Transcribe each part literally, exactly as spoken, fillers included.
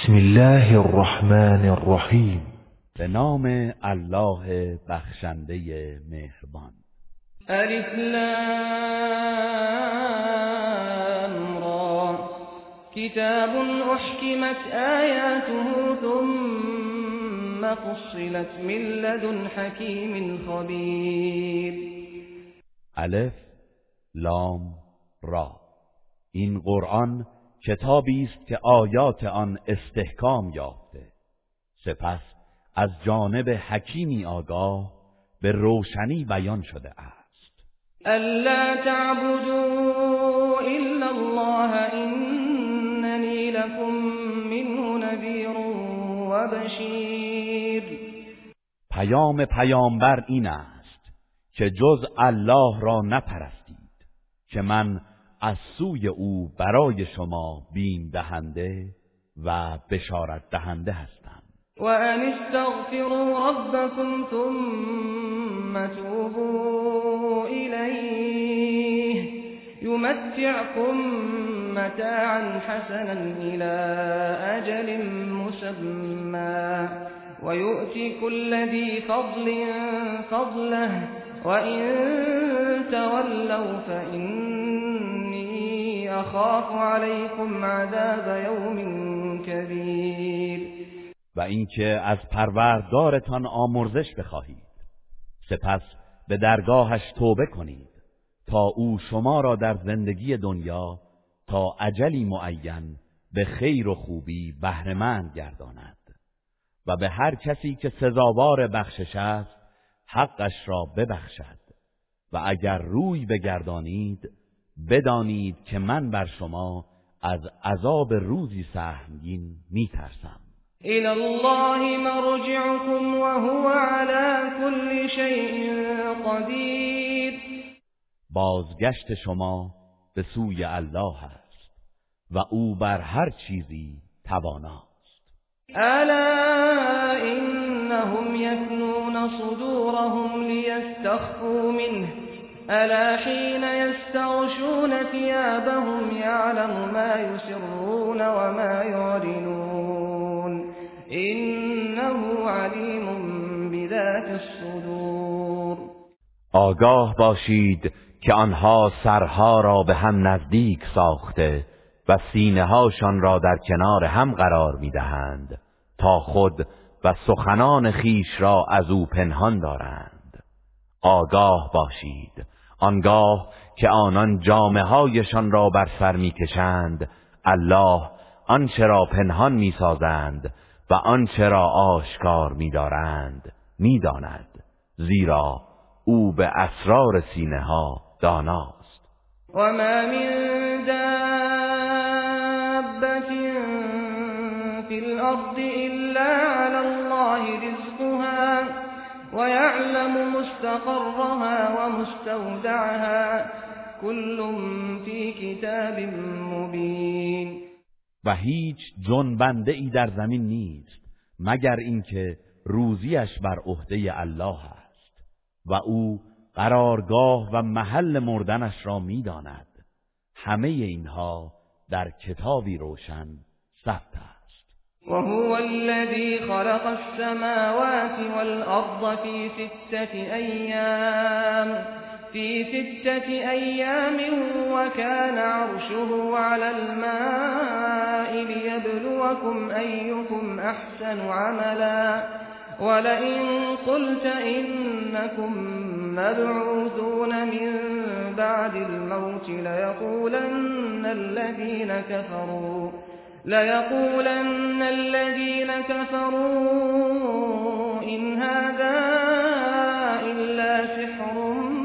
بسم الله الرحمن الرحیم. به نام الله بخشنده مهربان. الف لام را کتاب احکمت آیاته ثم فصلت من لدن حکیم خبیر. الف لام را، این قرآن کتابی است که آیات آن استحکام یافته، سپس از جانب حکیمی آگاه به روشنی بیان شده است. الا تعبدوا الا الله اننی لکم منه نذیر و بشیر. پیام پیامبر این است که جز الله را نپرستید، که من از سوی او برای شما بیم دهنده و بشارت دهنده هستم. و ان استغفروا ربکم ثم توبوا الیه یمتعکم متاعا حسنا الى اجل مسمى و یؤتی کل ذی فضل فضله و ان تولوا فإنی اخاف علیکم عذاب یوم کبیر. و اینکه از پروردگارتان آمرزش بخواهید، سپس به درگاهش توبه کنید تا او شما را در زندگی دنیا تا اجلی معین به خیر و خوبی بهره‌مند گرداند و به هر کسی که سزاوار بخشش است حقش را ببخشد. و اگر روی بگردانید بدانید که من بر شما از عذاب روزی سهمگین میترسم. الی الله مرجعکم و هو علی کل شیء قدیر. بازگشت شما به سوی الله است و او بر هر چیزی تواناست. الا انهم یکنون صدورهم لیستخفوا منه الا حين يستغشون ثيابهم يعلم ما يسرون وما يعلنون إنه عليم بذات الصدور. آگاه باشید که آنها سرها را به هم نزدیک ساخته و سینه هاشان را در کنار هم قرار می‌دهند تا خود و سخنان خیش را از او پنهان دارند. آگاه باشید آنگاه که آنان جامه هایشان را بر سر میکشند الله آنچه را پنهان میسازند و آنچه را آشکار میدارند میداند، زیرا او به اسرار سینه ها داناست. و ما من دابة فی الارض الا علی الله رزقها ويعلم مستقرها ومستودعها كل في كتاب مبين. و هیچ جنبنده ای در زمین نیست مگر اینکه روزیش بر عهده الله است و او قرارگاه و محل مردنش را میداند. همه اینها در کتابی روشن ثبت است. وهو الذي خلق السماوات والأرض في ستة أيام في ستة أيام وكان عرشه على الماء ليبلوكم أيكم أحسن عملا ولئن قلت إنكم مبعوثون من بعد الموت ليقولن الذين كفروا ليقولن الذين كفروا إن هذا إلا سحر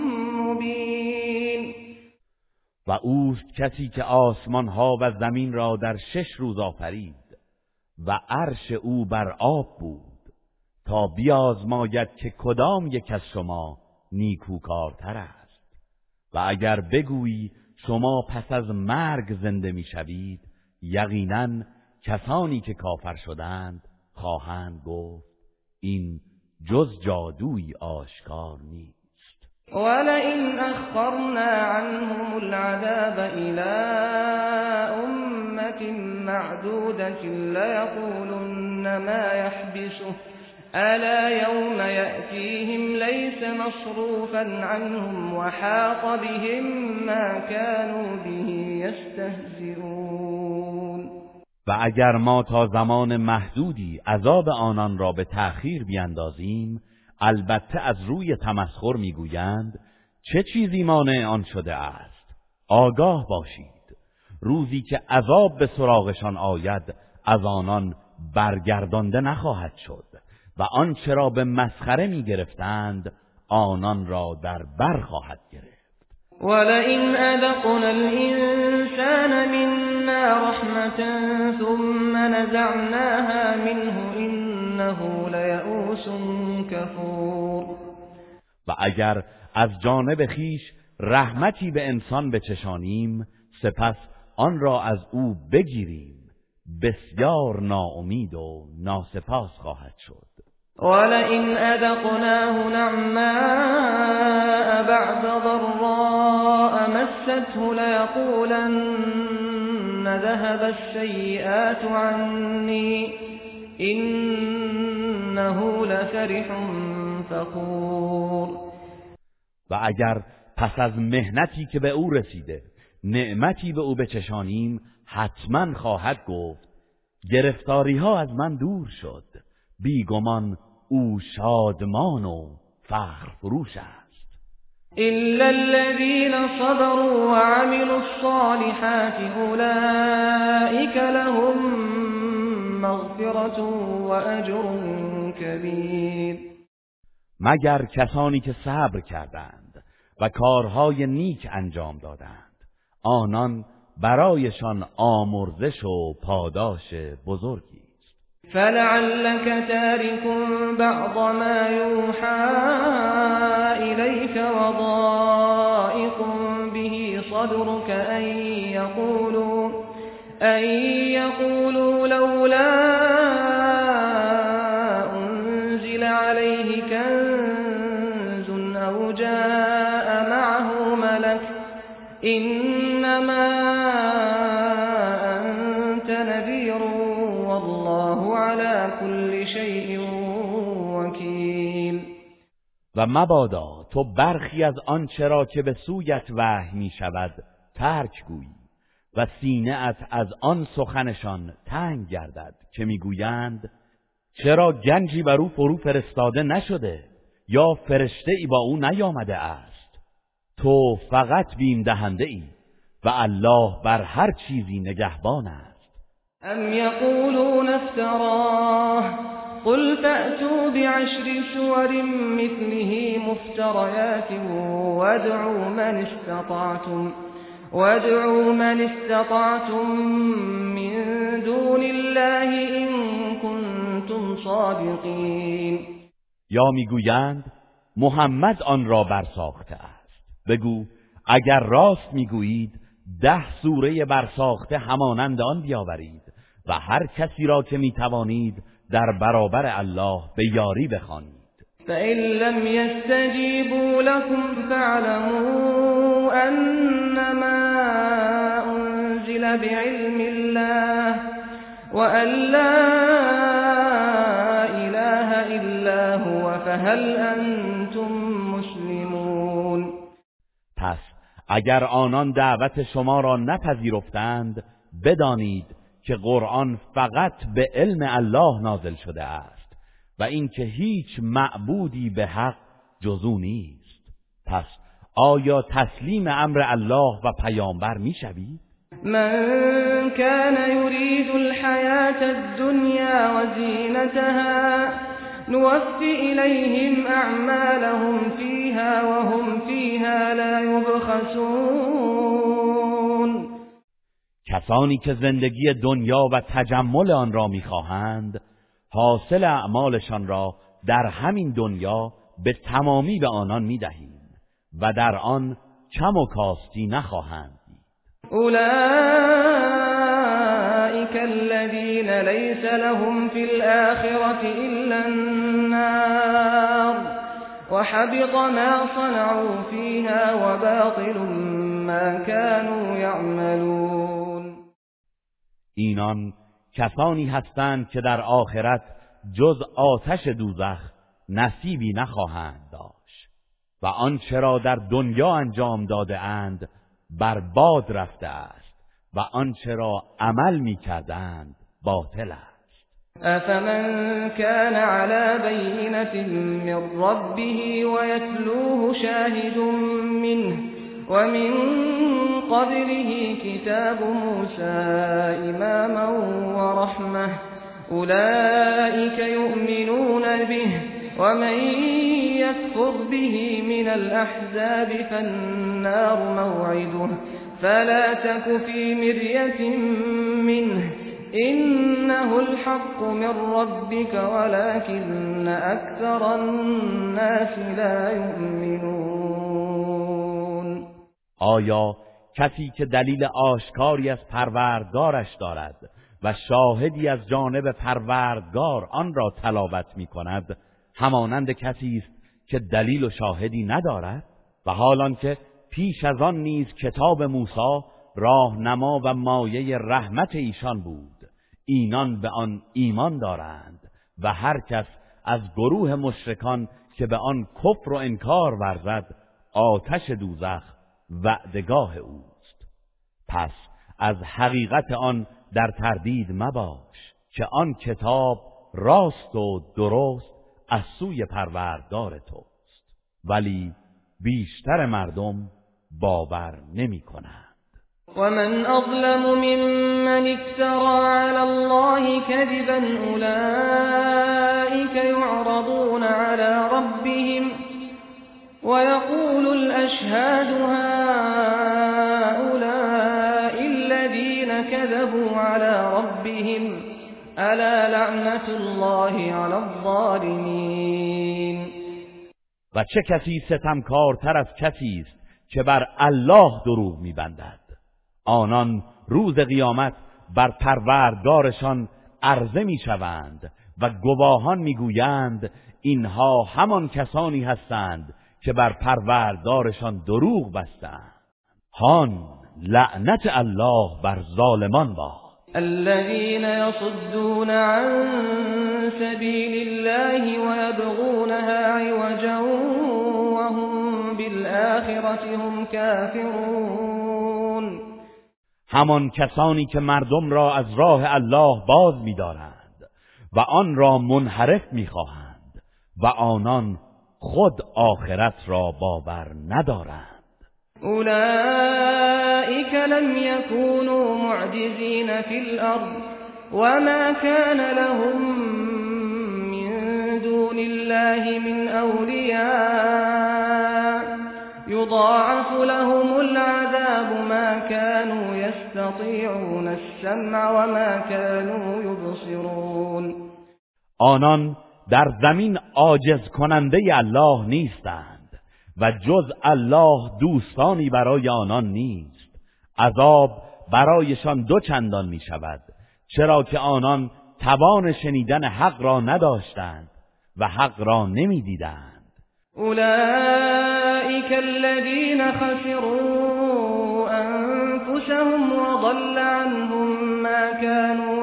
مبين. و اوست کسی که آسمان ها و زمین را در شش روز آفرید و عرش او بر آب بود تا بیازماید که کدام یک از شما نیکوکارتر است. و اگر بگویی شما پس از مرگ زنده میشوید، یقینا کسانی که کافر شدند خواهند گفت این جز جادویی آشکار نیست. ولئن اخرنا عنهم العذاب الى امة أمة معدودة ليقولن ما يحبسه ألا يوم يأتيهم ليس مصروفا عنهم وحاق بهم ما كانوا به يستهزئون. و اگر ما تا زمان محدودی عذاب آنان را به تأخیر بیندازیم، البته از روی تمسخر میگویند چه چیزی مانع آن شده است. آگاه باشید روزی که عذاب به سراغشان آید از آنان برگردانده نخواهد شد و آنچه را به مسخره میگرفتند آنان را در بر خواهد گرفت. ولئن أذقنا الإنسان منا رحمة ثم نزعناها منه إنه ليئوس كفور. و اگر از جانب خیش رحمتی به انسان بچشانیم سپس آن را از او بگیریم بسیار ناامید و ناسپاس خواهد شد. ولئن أذقناه نعماء بعد ضراء مسته ليقولن ذهب السيئات عني إنه لفرح فخور. و اگر پس از مهنتی که به او رسیده نعمتی به او بچشانیم حتما خواهد گفت گرفتاری ها از من دور شد، بیگمان او شادمان و فخر فروش است. إلا الذين صبروا وعملوا الصالحات أولئك لهم مغفرة وأجر كبير. مگر کسانی که صبر کردند و کارهای نیک انجام دادند آنان برایشان آمرزش و پاداش بزرگی. فلعلك تارك بعض ما يوحى إليك وضائق به صدرك أن يقولوا, أن يقولوا لولا أنزل عليه كنز أو جاء معه ملك إنما أنت نذير والله على كل شيء وكيل. و مبادا تو برخی از آنچه را که به سویت وحی می شود ترک گویی و سینه‌ات از آن سخنشان تنگ گردد که میگویند چرا گنجی بر او فرو فرستاده نشده یا فرشته ای با او نیامده است. تو فقط بیم دهنده ای و الله بر هر چیزی نگهبان است. ام یقولون افتراه قل فأتوا بعشر سور مثله مفتريات وادعوا من استطعتم وادعوا من استطعتم من دون الله إن كنتم صادقین. یا میگویند محمد آن را برساخته است. بگو اگر راست میگویید ده سوره برساخته همانند آن بیاورید و هر کسی را که میتوانید در برابر الله به یاری بخوانید. فإن لم يستجيبوا لكم فاعلموا أنما أنزل بعلم الله وأن لا إله إلا هو فهل أنتم مسلمون. پس اگر آنان دعوت شما را نپذیرفتند بدانید که قرآن فقط به علم الله نازل شده است و اینکه هیچ معبودی به حق جز او نیست. پس آیا تسلیم امر الله و پیامبر میشوید؟ من كان يريد الحياة الدنيا وزينتها نوفي إليهم أعمالهم فيها وهم فيها لا يبخسون. کسانی که زندگی دنیا و تجمل آن را میخواهند حاصل اعمالشان را در همین دنیا به تمامی به آنان میدهیم و در آن کم و کاستی نخواهند. أولئك الذين ليس لهم في الآخرة إلا النار وحبط ما صنعوا فيها وباطل ما كانوا يعملون. اینان کسانی هستند که در آخرت جز آتش دوزخ نصیبی نخواهند داشت و آنچه را در دنیا انجام داده اند برباد رفته است و آنچه را عمل می کردند باطل است. أفمن كان على بينة من ربه ويتلوه شاهد منه ومن قبله كتاب موسى إماما ورحمة أولئك يؤمنون به ومن يكفر به من الأحزاب فالنار موعده فلا تك في مرية منه إنه الحق من ربك ولكن أكثر الناس لا يؤمنون. آیا کسی که دلیل آشکاری از پروردگارش دارد و شاهدی از جانب پروردگار آن را تلاوت می کند همانند کسی است که دلیل و شاهدی ندارد؟ و حالان که پیش از آن نیز کتاب موسی راهنما و مایه رحمت ایشان بود، اینان به آن ایمان دارند و هر کس از گروه مشرکان که به آن کفر و انکار ورزد آتش دوزخ وعدگاه اوست. پس از حقیقت آن در تردید مباش که آن کتاب راست و درست از سوی پروردگار توست، ولی بیشتر مردم باور نمی کنند. ومن أظلم ممن افترى على الله كذبا أولئك يعرضون على ربهم ويقول الأشهاد هؤلاء الذين كذبوا على ربهم ألا لعنة الله على الظالمين. و چه کسی ستمکارتر از کسی است که بر الله دروغ می‌بندد. آنان روز قیامت بر پروردگارشان عرضه می‌شوند و گواهان می‌گویند اینها همان کسانی هستند که بر پروردگارشان دروغ بستند. هان لعنت الله بر ظالمان باد. الذين يصدون عن سبيل الله ويبغونها عوجا وهم بالآخرة هم كافرون. همان کسانی که مردم را از راه الله باز می‌دارند و آن را منحرف می‌خواهند و آنان خود آخرت را باور ندارند. أولئك لم يكونوا معجزين في الأرض وما كان لهم من دون الله من أولياء يضاعف لهم العذاب ما كانوا يستطيعون السمع وما كانوا يبصرون. آنان در زمین عاجز کننده الله نیستند و جز الله دوستانی برای آنان نیست. عذاب برایشان دو چندان می شود، چرا که آنان توان شنیدن حق را نداشتند و حق را نمی دیدند. أولئك الذين خسروا أنفسهم وضل عنهم ما كانوا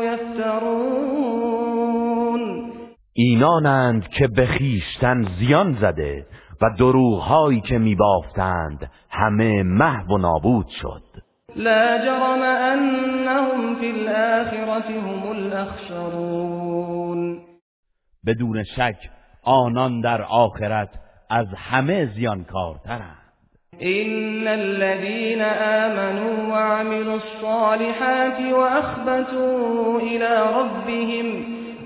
يفترون. اینانند که به خویشتن زیان زده و دروغ‌هایی که می‌بافتند همه محو و نابود شد. لا جرم انهم في الآخرة هم الاخسرون. بدون شک آنان در آخرت از همه زیانکارترند. إن الذين آمنوا وعملوا الصالحات وأخبتوا إلى ربهم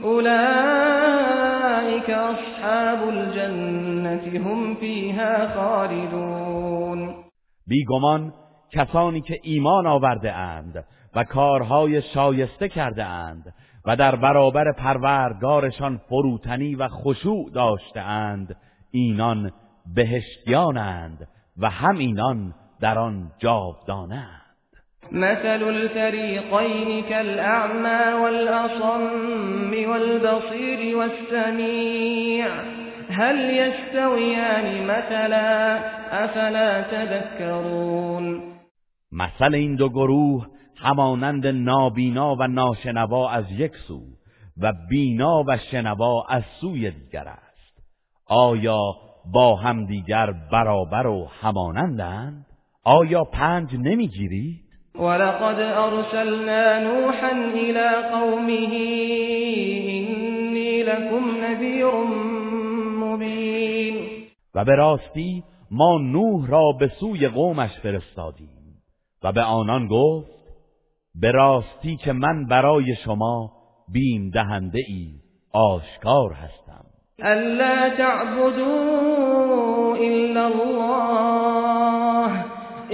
أولئك أصحاب الجنة هم فيها خالدون. بیگمان کسانی که ایمان آورده اند و کارهای شایسته کرده اند و در برابر پروردگارشان فروتنی و خشوع داشته اند اینان بهشتیانند و همینان در آن جاودانند. مثل الفريقين كالأعمى والأصم والبصير والسميع هل يستويان مثلا أفلا تذكرون. مثل این دو گروه همانند نابینا و ناشنوا از یک سو و بینا و شنوا از سوی دیگر است. آیا با هم دیگر برابر و همانندند؟ آیا پند نمیگیرید؟ ولقد ارسلنا نوحا الى قومه انی لكم نذیر مبین. و به راستی ما نوح را به سوی قومش فرستادیم و به آنان گفت به راستی که من برای شما بیم دهنده ای آشکار هستم. الا تعبدوا الا الله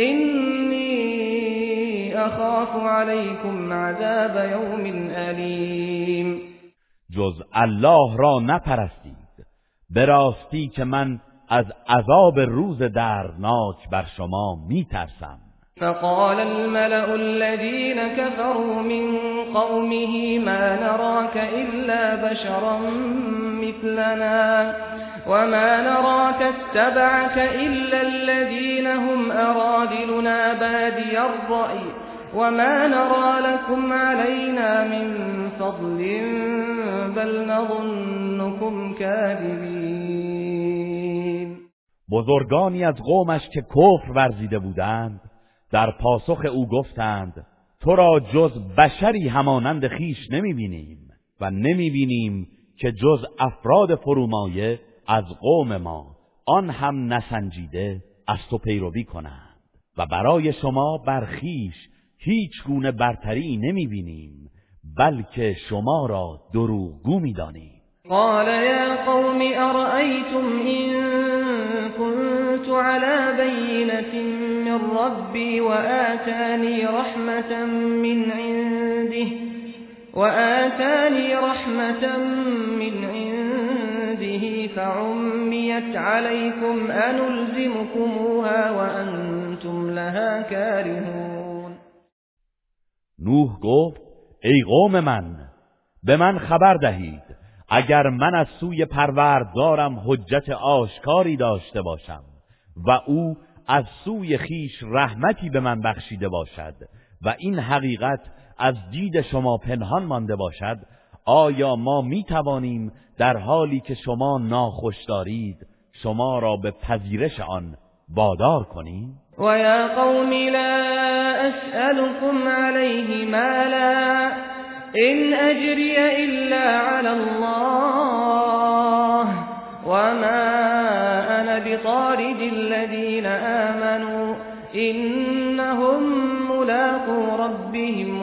انی اخاف علیکم عذاب یوم علیم. جز الله را نپرستید، به راستی که من از عذاب روز دردناک بر شما میترسم. فقال الملأ الذين كفروا من قومه ما نراك إلا بشرا مثلنا وما نراك اتبعك إلا الذين هم أرادلنا بادي الرأي وما نرى لكم علينا من فضل بل نظنكم كاذبين. بزرگانی از قومش که کفر ورزیده بودند در پاسخ او گفتند تو را جز بشری همانند خیش نمیبینیم و نمیبینیم که جز افراد فرومایه از قوم ما آن هم نسنجیده از تو پیروی کنند و برای شما بر خیش هیچ گونه برتری نمیبینیم بلکه شما را دروغگو میدانیم. قال يا قوم أرأيتم إن كنت على بينة من ربي وآتاني رحمة من عنده وآتاني رحمة من عنده فعميت عليكم أنلزمكموها وأنتم لها كارهون. نوح گفت ای قوم من به من خبر دهید اگر من از سوی پروردگارم حجت آشکاری داشته باشم و او از سوی خیش رحمتی به من بخشیده باشد و این حقیقت از دید شما پنهان مانده باشد، آیا ما می توانیم در حالی که شما ناخوش دارید شما را به پذیرش آن وادار کنیم؟ و یا قوم لا اسألكم علیه مالا إن أجري إلا على الله وما أنا بطارد الذين آمنوا إنهم ملاقو ربهم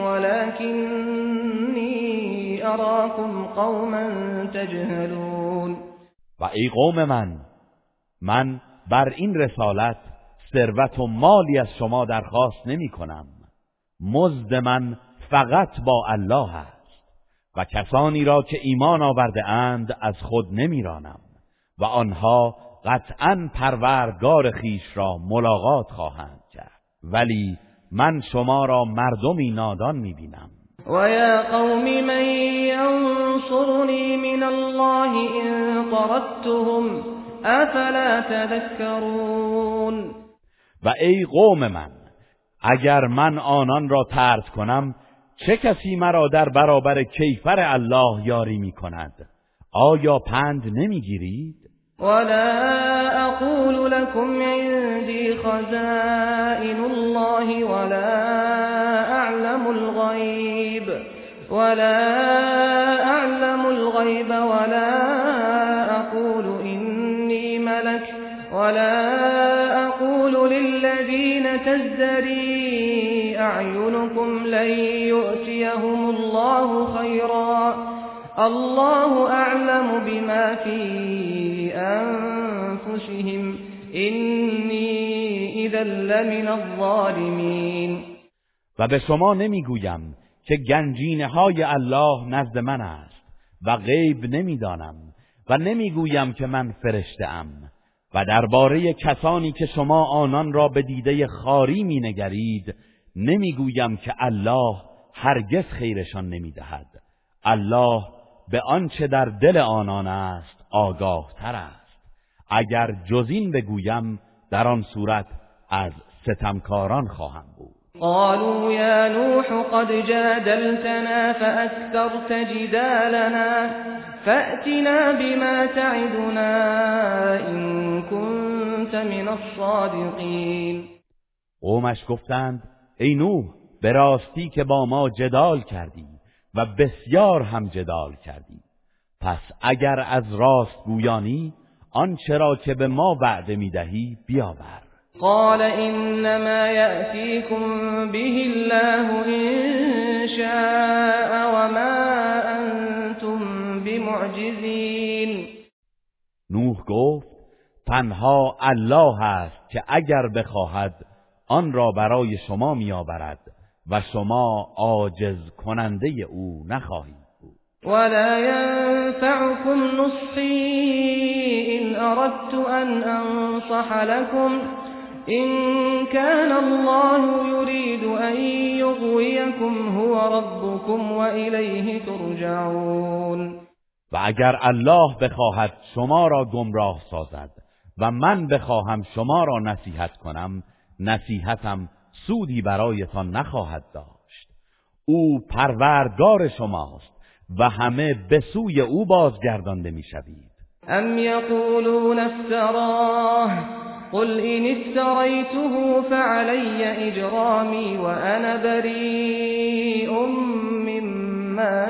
ولكني أراكم قوما تجهلون. و ای قوم من من بر این رسالت ثروت و مالی از شما درخواست نمی کنم. مزد من فقط با الله است و کسانی را که ایمان آورده اند از خود نمیرانم و آنها قطعاً پروردگار خیش را ملاقات خواهند کرد، ولی من شما را مردمی نادان میبینم. و یا قوم من ینصرنی من الله ان طردتهم افلا تذکرون. و ای قوم من اگر من آنان را طرد کنم چه کسی مرا در برابر کیفر الله یاری می کند؟ آیا پند نمی گیرید؟ ولا اقول لكم عندي خزائن الله ولا اعلم الغيب ولا اعلم الغيب ولا اقول اني ملك ولا اقول للذين تزدري اعينكم لن يؤتيهم الله خيرا الله اعلم بما في انفسهم اینی اذا لمن الظالمین. و به شما نمیگویم که گنجینه های الله نزد من است و غیب نمیدانم و نمیگویم که من فرشته ام و درباره کسانی که شما آنان را به دیده خاری مینگرید نمیگویم که الله هرگز خیرشان نمیدهد. الله به آنچه در دل آنان است آگاه تر است. اگر جزین بگویم در آن صورت از ستمکاران خواهم بود. قالوا يا نوح قد جادلتنا فأكثرت جدالنا فأتنا بما تعدنا إن كنت من الصادقین. قومش گفتند ای نوح به راستی که با ما جدال کردی و بسیار هم جدال کردی، پس اگر از راست گویانی آنچه را که به ما وعده میدهی بیاور. قال انما یأتیکم به الله ان شاء وما انتم بمعجزین. نوح گفت تنها الله است که اگر بخواهد آن را برای شما میآورد و شما عاجز کننده او نخواهید بود. ولا ينفعكم نصحي ان اردت ان انصح لكم ان كان الله يريد ان يغويكم هو ربكم وإليه ترجعون. و اگر الله بخواهد شما را گمراه سازد و من بخواهم شما را نصیحت کنم، نصیحتم سودی برایتان نخواهد داشت. او پروردگار شماست و همه به سوی او بازگردانده میشوید. ام یقولون افتراه قل ان افتریته فعلی اجرامی و انا بریء مما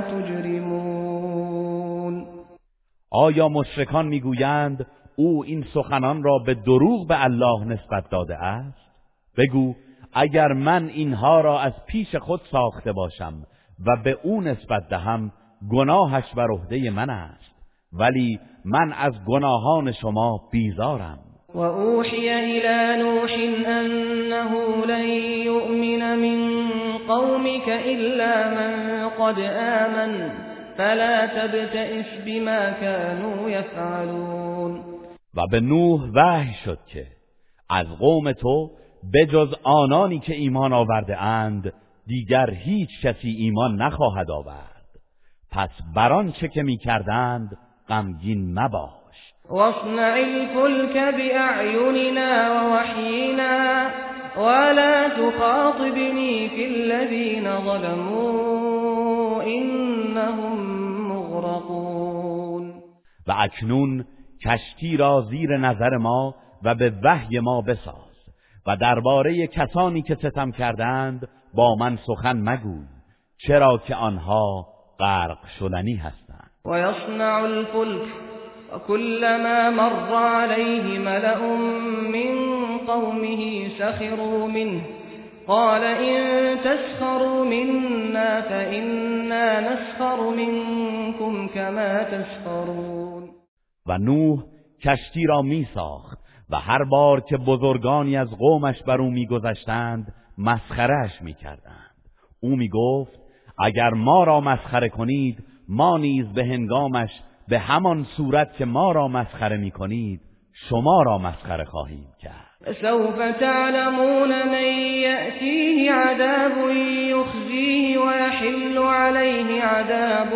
تجرمون. آیا مشرکان میگویند او این سخنان را به دروغ به الله نسبت داده است؟ بگو اگر من اینها را از پیش خود ساخته باشم و به او نسبت دهم گناهش بر عهده من است، ولی من از گناهان شما بیزارم. و اوحی الی نوح انه لن یؤمن من قومك الا من قد آمن فلا تبتئس بما كانوا یفعلون. و به نوح وحی شد که از قوم تو بجز آنانی که ایمان آورده اند دیگر هیچ کسی ایمان نخواهد آورد، پس بران چه که می کردند غمگین مباش. واصنع الفلك بأعيننا ووحينا ولا تخاطبني في الذين ظلموا إنهم مغرقون. و اکنون کشتی را زیر نظر ما و به وحی ما بساز و درباره کسانی که ستم کردند با من سخن مگوی، چرا که آنها غرق شدنی هستند. و یصنع الفلک وكلما مر عليه ملأ من قومه سخروا منه قال إن تسخروا منا فإنا نسخر منكم كما تسخرون. و نوح کشتی را می ساخت و هر بار که بزرگانی از قومش بر او می گذشتند مسخرهش می کردند. او می گفت اگر ما را مسخره کنید ما نیز به هنگامش به همان صورت که ما را مسخره می کنید شما را مسخره خواهیم کرد. سوف تعلمون من یأتیه عذاب یخزیه و یحل علیه عذاب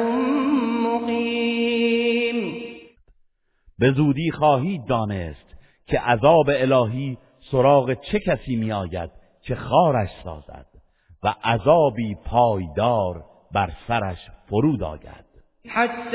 مقیم. به زودی خواهید دانست که عذاب الهی سراغ چه کسی می آید که خارش سازد و عذابی پایدار بر سرش فرود آید. حتی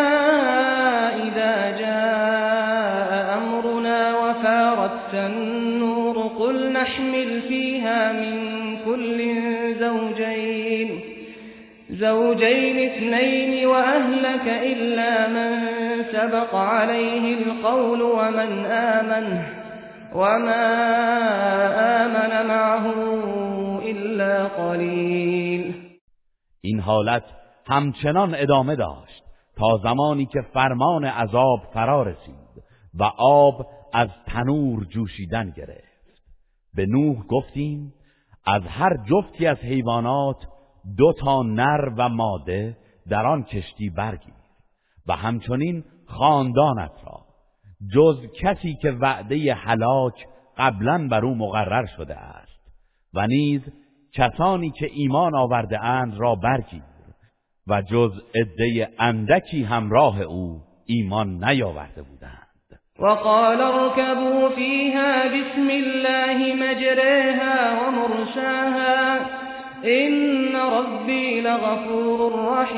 اذا جاء امرنا وفارت النور قل نحمل فيها من كل زوجين زوجين اثنين وأهلك إلا من سبق عليه القول ومن آمن وما آمن معه إلا قليل. این حالت همچنان ادامه داشت تا زمانی که فرمان عذاب فرا رسید و آب از تنور جوشیدن گرفت. به نوح گفتیم از هر جفتی از حیوانات دو تا نر و ماده در آن کشتی برگیر و همچنین خاندانت را جز کسی که وعده هلاک قبلا بر او مقرر شده است و نیز کسانی که ایمان آورده اند را برگیر و جز عده اندکی همراه او ایمان نیاورده بودند. وقال اركبوا فيها بسم الله مجريها ومرساها إن ربی لغفور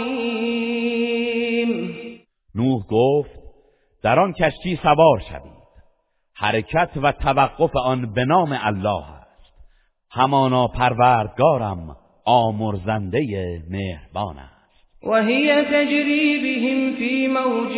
رحیم. نوح گفت در آن کشتی سوار شوید، حرکت و توقف آن به نام الله است، همانا پروردگارم آمرزنده مهربان است. و هی تجری بهم فی موج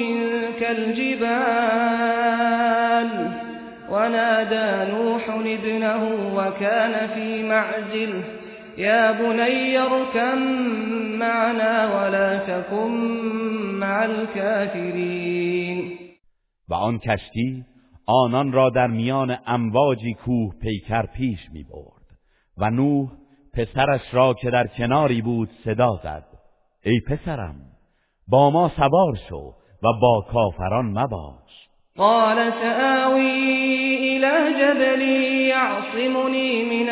كالجبال ونادى نوح ابنه وكان في معزل یا بنی ارکب معنا ولا تکن مع الكافرین. و آن کشتی آنان را در میان امواجی کوه پیکر پیش می برد و نوح پسرش را که در کناری بود صدا زد: ای پسرم، با ما سوار شو و با کافران مباش. قال سآوی الی جبل یعصمنی من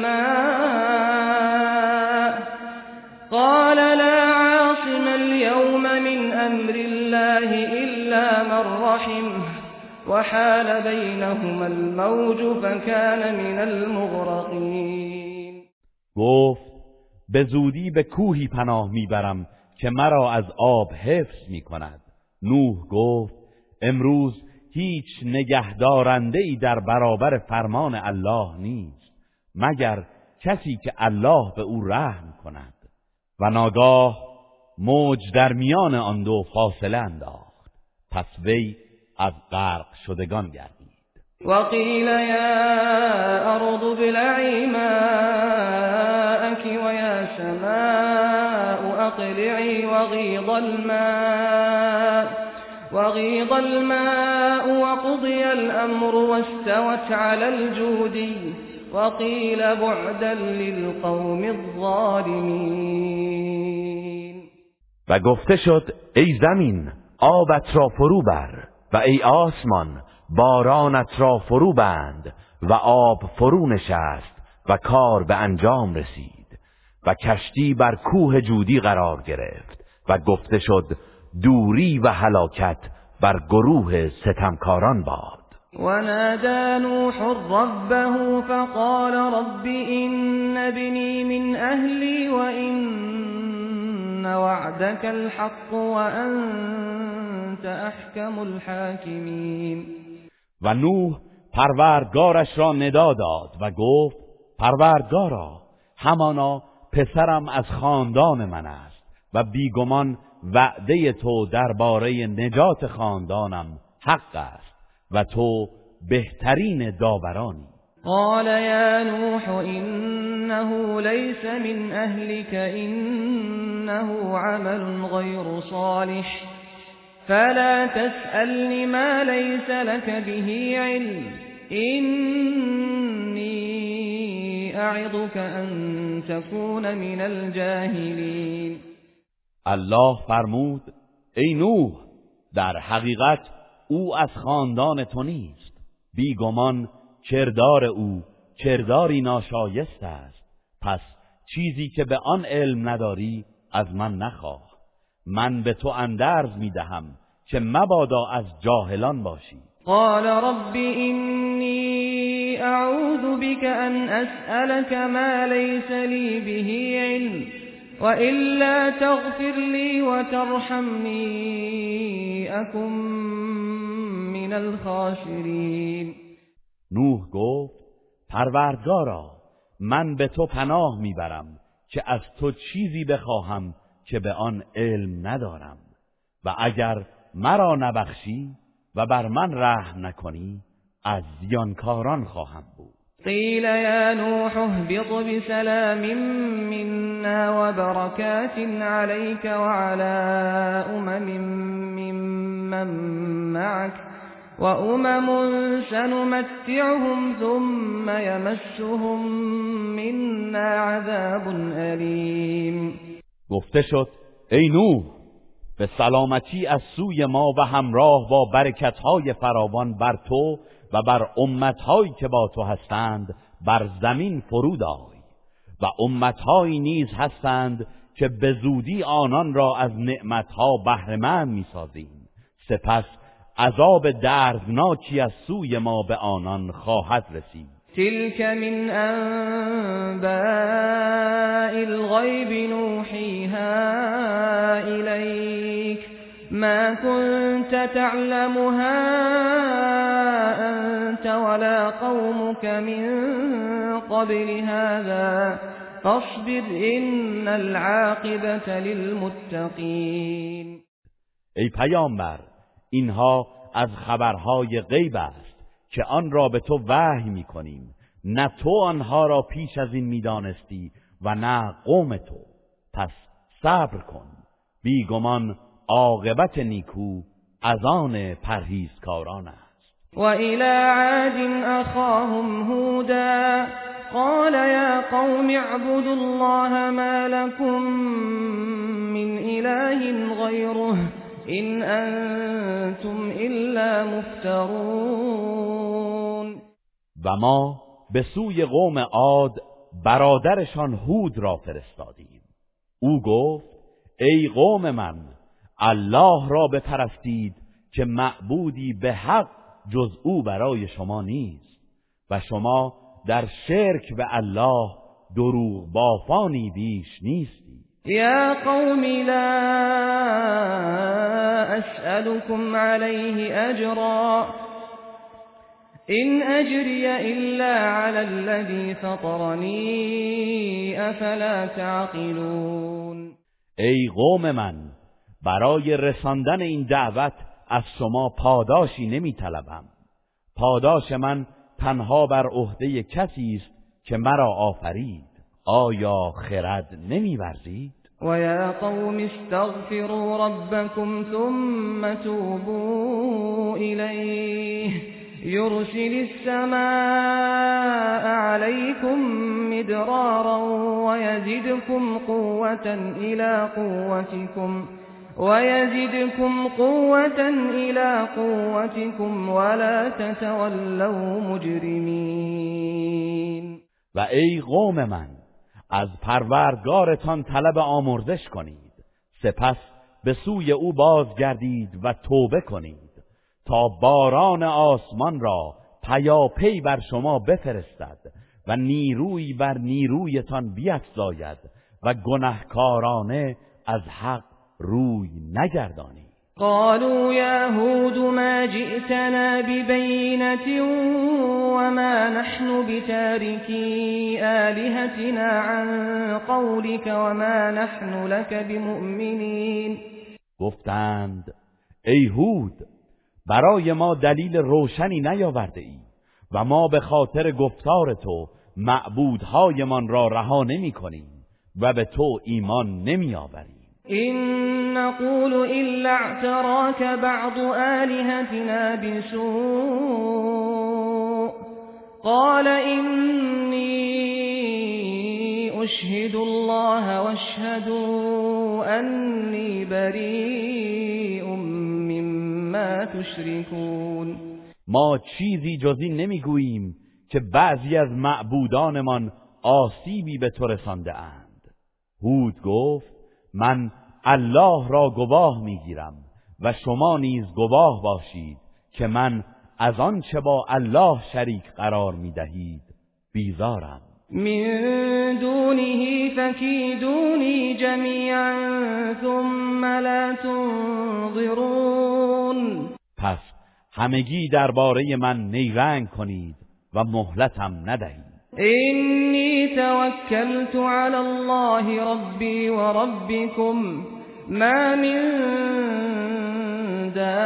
الماء قال لا عاصم اليوم من امر الله الا من رحمه وحال بینهما الموج فكان من المغرقین. گفت به زودی به کوهی پناه میبرم که مرا از آب حفظ میکند. نوح گفت امروز هیچ نگهدارنده ای در برابر فرمان الله نیست مگر کسی که الله به او رحم کند. و ناگاه موج در میان آن دو فاصله انداخت، پس وی از غرق شدگان گردید. وقیل یا ارض ابلعی ماءک و یا سماء اقلعی وغیض الماء وغیض الماء وقضی الامر واستوت علی الجودی وقیل بعدا للقوم الظالمین. و گفته شد ای زمین آبت را فرو بر و ای آسمان بارانت را فرو بند و آب فرو نشست و کار به انجام رسید و کشتی بر کوه جودی قرار گرفت و گفته شد دوری و هلاکت بر گروه ستمکاران باد. و نادى نوح ربه فقال رب إن ابني من أهلي وإن وعدك الحق وأنت أحكم الحاكمين. و نوح پروردگارش را ندا داد و گفت پروردگارا، همانا پسرم از خاندان من است و بیگمان وعده تو درباره نجات خاندانم حق است و تو بهترین داورانی. قال یا نوح إنه ليس من أهلك إنه عمل غير صالح فلا تسألني ما ليس لك به علم إني أعظك أن تكون من الجاهلين. الله فرمود ای نوح، در حقیقت او از خاندان تو نیست، بیگمان کردار او کرداری ناشایست است، پس چیزی که به آن علم نداری از من نخواه. من به تو اندرز میدهم که مبادا از جاهلان باشی. قال رب إني أعوذ بك أن أسألك ما ليس لي به علم وإلا تغفر لي وترحمني أكن من الخاسرین. نوح گفت پروردگارا، من به تو پناه میبرم که از تو چیزی بخواهم که به آن علم ندارم و اگر مرا نبخشی و بر من رحم نکنی از زیانکاران خواهم بود. قیل یا نوح اهبط بسلام منا وبركات عليك وعلى أمم ممن معك وأمم سنمتعهم ثم يمسهم منا عذاب ألیم. گفته شد ای نوح، به سلامتی از سوی ما و همراه با برکت‌های فراوان بر تو و بر امت‌هایی که با تو هستند بر زمین فرود آی و امت‌هایی نیز هستند که به زودی آنان را از نعمت‌ها بهره مند می‌سازیم، سپس عذاب دردناکی از سوی ما به آنان خواهد رسید. تلك من انباء الغیب نوحیها الیک ما كنت تعلمها انت ولا قومك من قبل هذا فاصبر ان العاقبة للمتقین. ای پیامبر، اینها از خبرهای غیب است که آن را به تو وحی می‌کنیم. نه تو آنها را پیش از این می‌دانستی و نه قوم تو، پس صبر کن. بیگمان عاقبت نیکو از آن پرهیزکاران است. و الی عاد اخاهم هودا قال یا قوم اعبدوا الله ما لكم من اله غیره ان انتم الا مفترون. و ما به سوی قوم عاد برادرشان هود را فرستادیم. او گفت ای قوم من، الله را بپرستید که معبودی به حق جز او برای شما نیست و شما در شرک به الله دروغ بافانی بیش نیستی. یا قوم لا اسألكم علیه اجرا ان اجری الا علی الذی فطرنی افلا تعقلون. ای قوم من، برای رساندن این دعوت از شما پاداشی نمی طلبم. پاداش من تنها بر عهده کسی است که مرا آفرید. آیا خرد نمی ورزید؟ و یا قوم استغفروا ربکم ثم توبوا الیه یرسل السماء علیکم مدرارا و یزدکم قوة الى قوتکم وَيَزِدْكُمْ قُوَّةً إِلَى قُوَّتِكُمْ وَلَا تَتَوَلَّوْا مُجْرِمِينَ. و ای قوم من، از پروردگارتان طلب آمرزش کنید، سپس به سوی او بازگردید و توبه کنید تا باران آسمان را پیاپی بر شما بفرستد و نیروی بر نیرویتان بیفزاید و گنهکارانه از حق روی نگردانی. قالوا یا هود ما جئتنا ببینة وما نحن بتارکی آلهتنا عن قولك وما نحن لك بمؤمنین. گفتند ای هود، برای ما دلیل روشنی نیاورده ای و ما به خاطر گفتار تو معبودهایمان را رها نمی کنیم و به تو ایمان نمی آوریم. إن نقول إلا اعتراك بعض آلهتنا بسوء قال إني أشهد الله واشهدوا أني بريء مما تشركون. ما چیزی جز این نمیگوییم که بعضی از معبودانمان آسیبی به تو رسانده اند. هود گفت من الله را گواه میگیرم و شما نیز گواه باشید که من از آنچه با الله شریک قرار میدهید بیزارم. من دونه فکیدونی جمیعا ثم لا تنظرون. پس همگی درباره من نیرنگ کنید و مهلتم ندهید. إني توكلت على الله ربي وربكم ما من دابة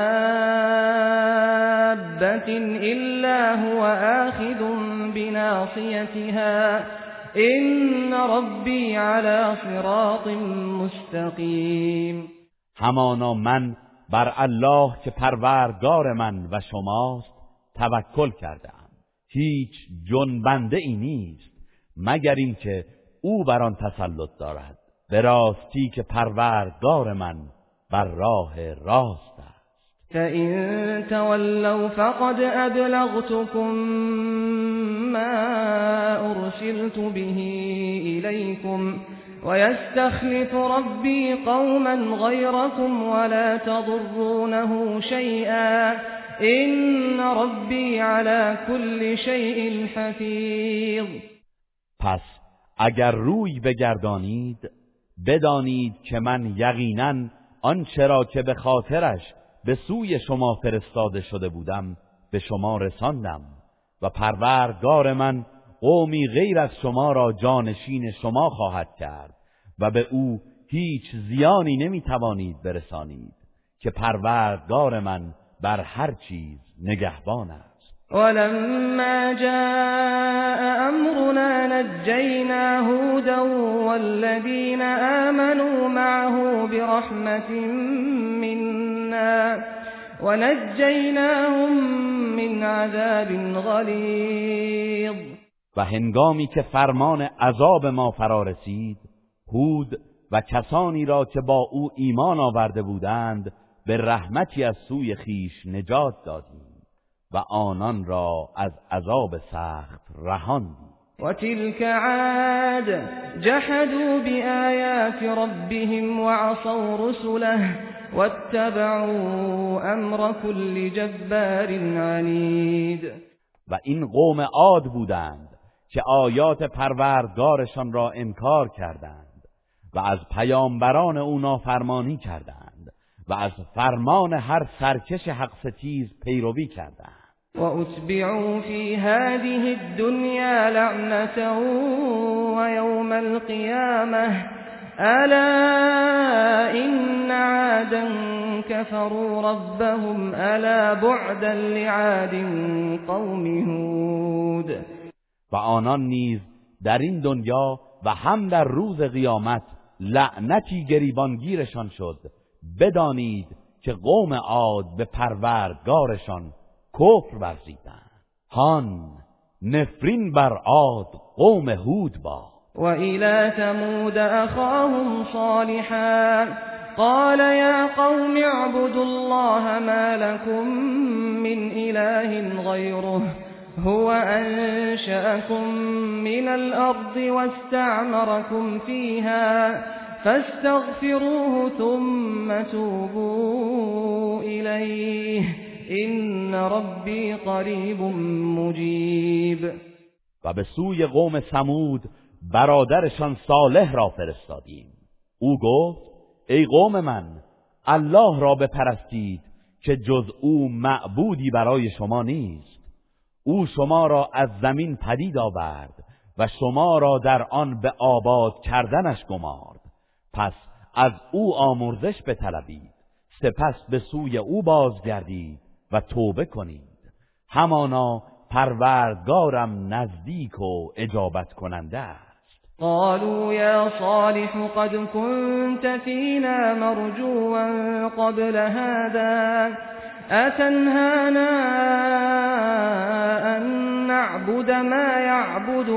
إلا هو آخذ بناصيتها إن ربي على صراط مستقيم. همانا من بر الله که پروردگار من و شماست توکل کردم. هیچ جنبنده ای نیست مگر اینکه او بر آن تسلط دارد. به راستی که پروردگار من بر راه راست است. فَإِن تَوَلَّوْا فَقَدْ أَبْلَغْتُكُم مَّا أُرْسِلْتُ بِهِ إِلَيْكُمْ ويستخلف ربي قوما غيركم ولا تضرونه شيئا إن ربي على كل شيء حفیظ. پس اگر روی بگردانید بدانید که من یقیناً آنچه را که به خاطرش به سوی شما فرستاده شده بودم به شما رساندم و پروردگار من قومی غیر از شما را جانشین شما خواهد کرد و به او هیچ زیانی نمیتوانید برسانید که پروردگار من بر هر چیز نگهبان است. ولما جاء أمرنا نجينا هودا والذين آمنوا معه برحمة منا ونجيناهم من عذاب غلیظ. و هنگامی که فرمان عذاب ما فرا رسید هود و کسانی را که با او ایمان آورده بودند به رحمتی از سوی خیش نجات دادیم و آنان را از عذاب سخت رهاندیم. و تلك عاد جحدوا بآیات ربهم وعصوا رسله واتبعوا امر كل جبار عنید. و این قوم عاد بودند که آیات پروردگارشان را انکار کردند و از پیامبران او نافرمانی کردند و از فرمان هر سرکش حق ستیز پیروی کردند. و اتبعوا فی هذه الدنیا لعنة و یوم القیامة الا ان عادا كفروا ربهم الا بعدا لعاد قوم هود. و آنان نیز در این دنیا و هم در روز قیامت لعنتی گریبانگیرشان شد. بدانید که قوم عاد به پروردگارشان کفر ورزیدند. هان نفرین بر عاد قوم هود با. و الی ثمود اخاهم صالحا قال یا قوم اعبدوا الله ما لكم من اله غیره هو انشأكم من الارض واستعمركم فيها فاستغفروه ثم توبوا إليه إن ربي قریب مجیب. و به سوی قوم ثمود برادرشان صالح را فرستادیم. او گفت ای قوم من الله را بپرستید که جز او معبودی برای شما نیست. او شما را از زمین پدید آورد و شما را در آن به آباد کردنش گمارد. پس از او آمرزش بطلبید سپس به سوی او بازگردید و توبه کنید. همانا پروردگارم نزدیک و اجابت کننده است. قالوا یا صالح قد كنت فینا مرجوا قبل هذا أتنهانا أن نعبد ما يعبد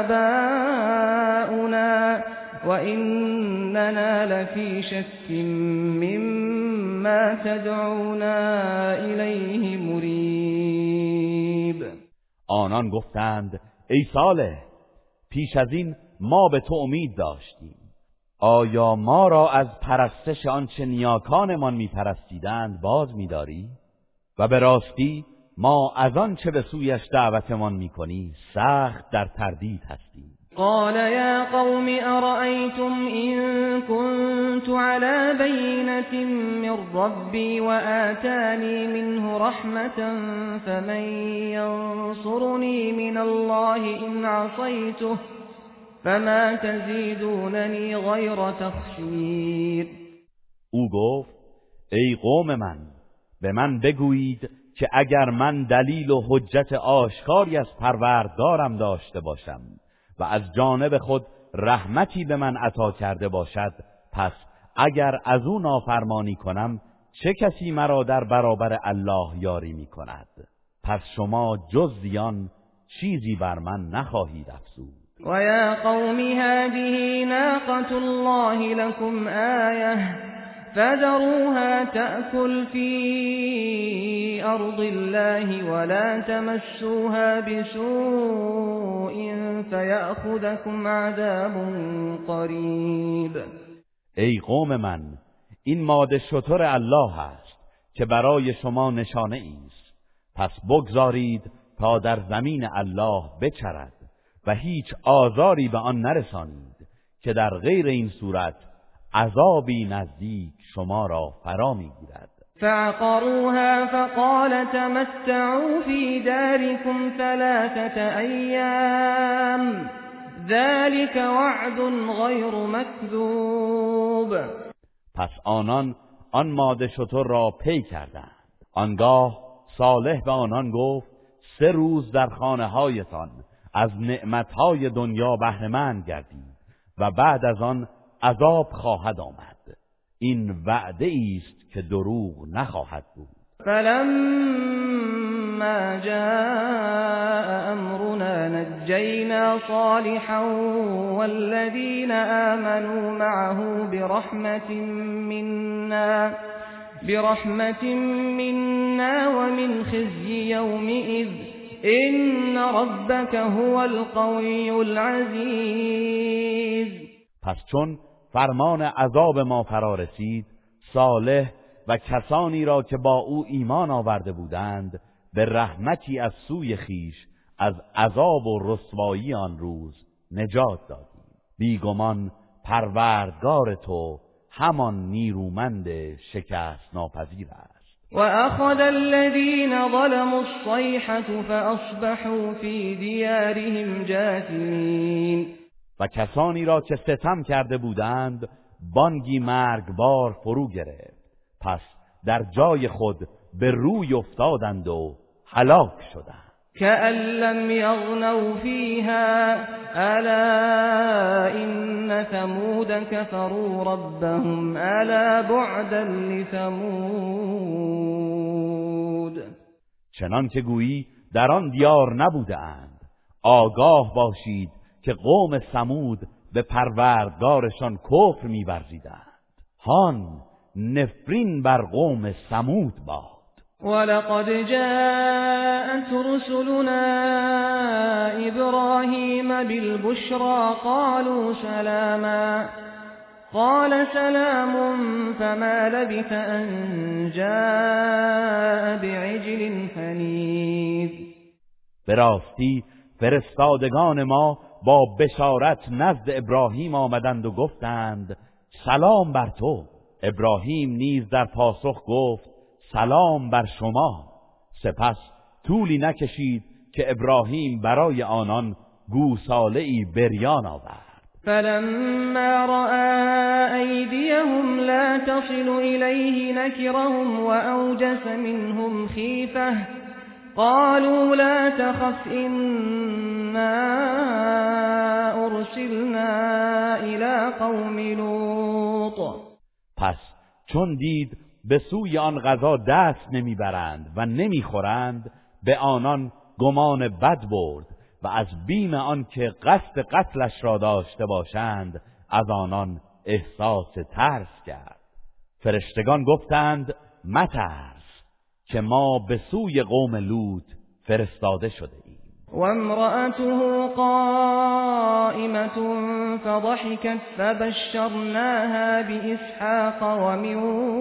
آباؤنا وإننا لفي شك مما تدعونا إليه مریب. آنان گفتند ای صالح پیش از این ما به تو امید داشتیم. آیا ما را از پرستش آنچه نیاکانمان میپرستیدند باز می‌داری؟ و به راستی ما از آنچه به سویش دعوتمان میکنی سخت در تردید هستیم. قال یا قوم ارأيتم إن كنت على بينة من ربي وآتاني منه رحمة فمن ينصرني من الله إن عصيته فما تزيدونني غير تخسیر. او گفت ای قوم من به من بگویید که اگر من دلیل و حجت آشکاری از پروردگارم داشته باشم و از جانب خود رحمتی به من عطا کرده باشد پس اگر از او نافرمانی کنم چه کسی مرا در برابر الله یاری می کند؟ پس شما جز زیان چیزی بر من نخواهید افزود. و یا قوم هذه ناقة الله لكم آیه فذروها تأكل في أرض الله ولا تمسوها بسوء فيأخذكم عذاب قریب. ای قوم من، این ماده شتر الله است که برای شما نشانه ایست، پس بگذارید تا در زمین الله بچرد و هیچ آزاری به آن نرسانید که در غیر این صورت عذابی نزدیک شما را فرا میگیرد. فعقروها فقال تمتعوا في داركم ثلاثة أيام ذلك وعد غیر مکذوب. پس آنان آن ماده شتر را پی کردند. آنگاه صالح به آنان گفت سه روز در خانه هایتان از نعمتهای دنیا بهره مند گردید و بعد از آن عذاب خواهد آمد. این وعده است که دروغ نخواهد بود. فلما جاء امرنا نجینا صالحا والذین آمنوا معه برحمت منا برحمت منا ومن خزي يومئذ إن ربك هو القوي العزيز. پس چون فرمان عذاب ما فرا رسید، صالح و کسانی را که با او ایمان آورده بودند به رحمتی از سوی خیش از عذاب و رسوایی آن روز نجات دادیم. بیگمان پروردگار تو همان نیرومند شکست ناپذیر است. و اخذ الذین ظلموا الصیحة فاصبحوا فی دیارهم جاثمین. و کسانی را که ستم کرده بودند بانگی مرگبار فرو گرفت، پس در جای خود به روی افتادند و هلاک شدند. كأن لم يغنوا فيها ألا إن ثمود كفروا ربهم ألا بعدا لثمود. چنان که گویی در آن دیار نبوده اند، آگاه باشید که قوم ثمود به پروردگارشان کفر می‌ورزیدند. هان نفرین بر قوم ثمود باد. ولقد جاءت رسلنا إبراهيم بالبشرى قالوا سلاما قال سلام فما لبث أن جاء بعجل حنیذ. به راستی فرستادگان ما با بشارت نزد ابراهیم آمدند و گفتند سلام بر تو. ابراهیم نیز در پاسخ گفت سلام بر شما. سپس طولی نکشید که ابراهیم برای آنان گوساله‌ای بریان آورد. فلما رأى أيديهم لا تصل إليه نكرهم وأوجس منهم خيفة قالوا لا تخف إنا أرسلنا إلى قوم لوط. پس چون دید به سوی آن غذا دست نمیبرند و نمیخورند به آنان گمان بد برد و از بیم آن که قصد قتلش را داشته باشند از آنان احساس ترس کرد. فرشتگان گفتند مترس که ما به سوی قوم لوط فرستاده شده ایم. وامرأته قائمة فضحكت فبشرناها بإسحاق ومن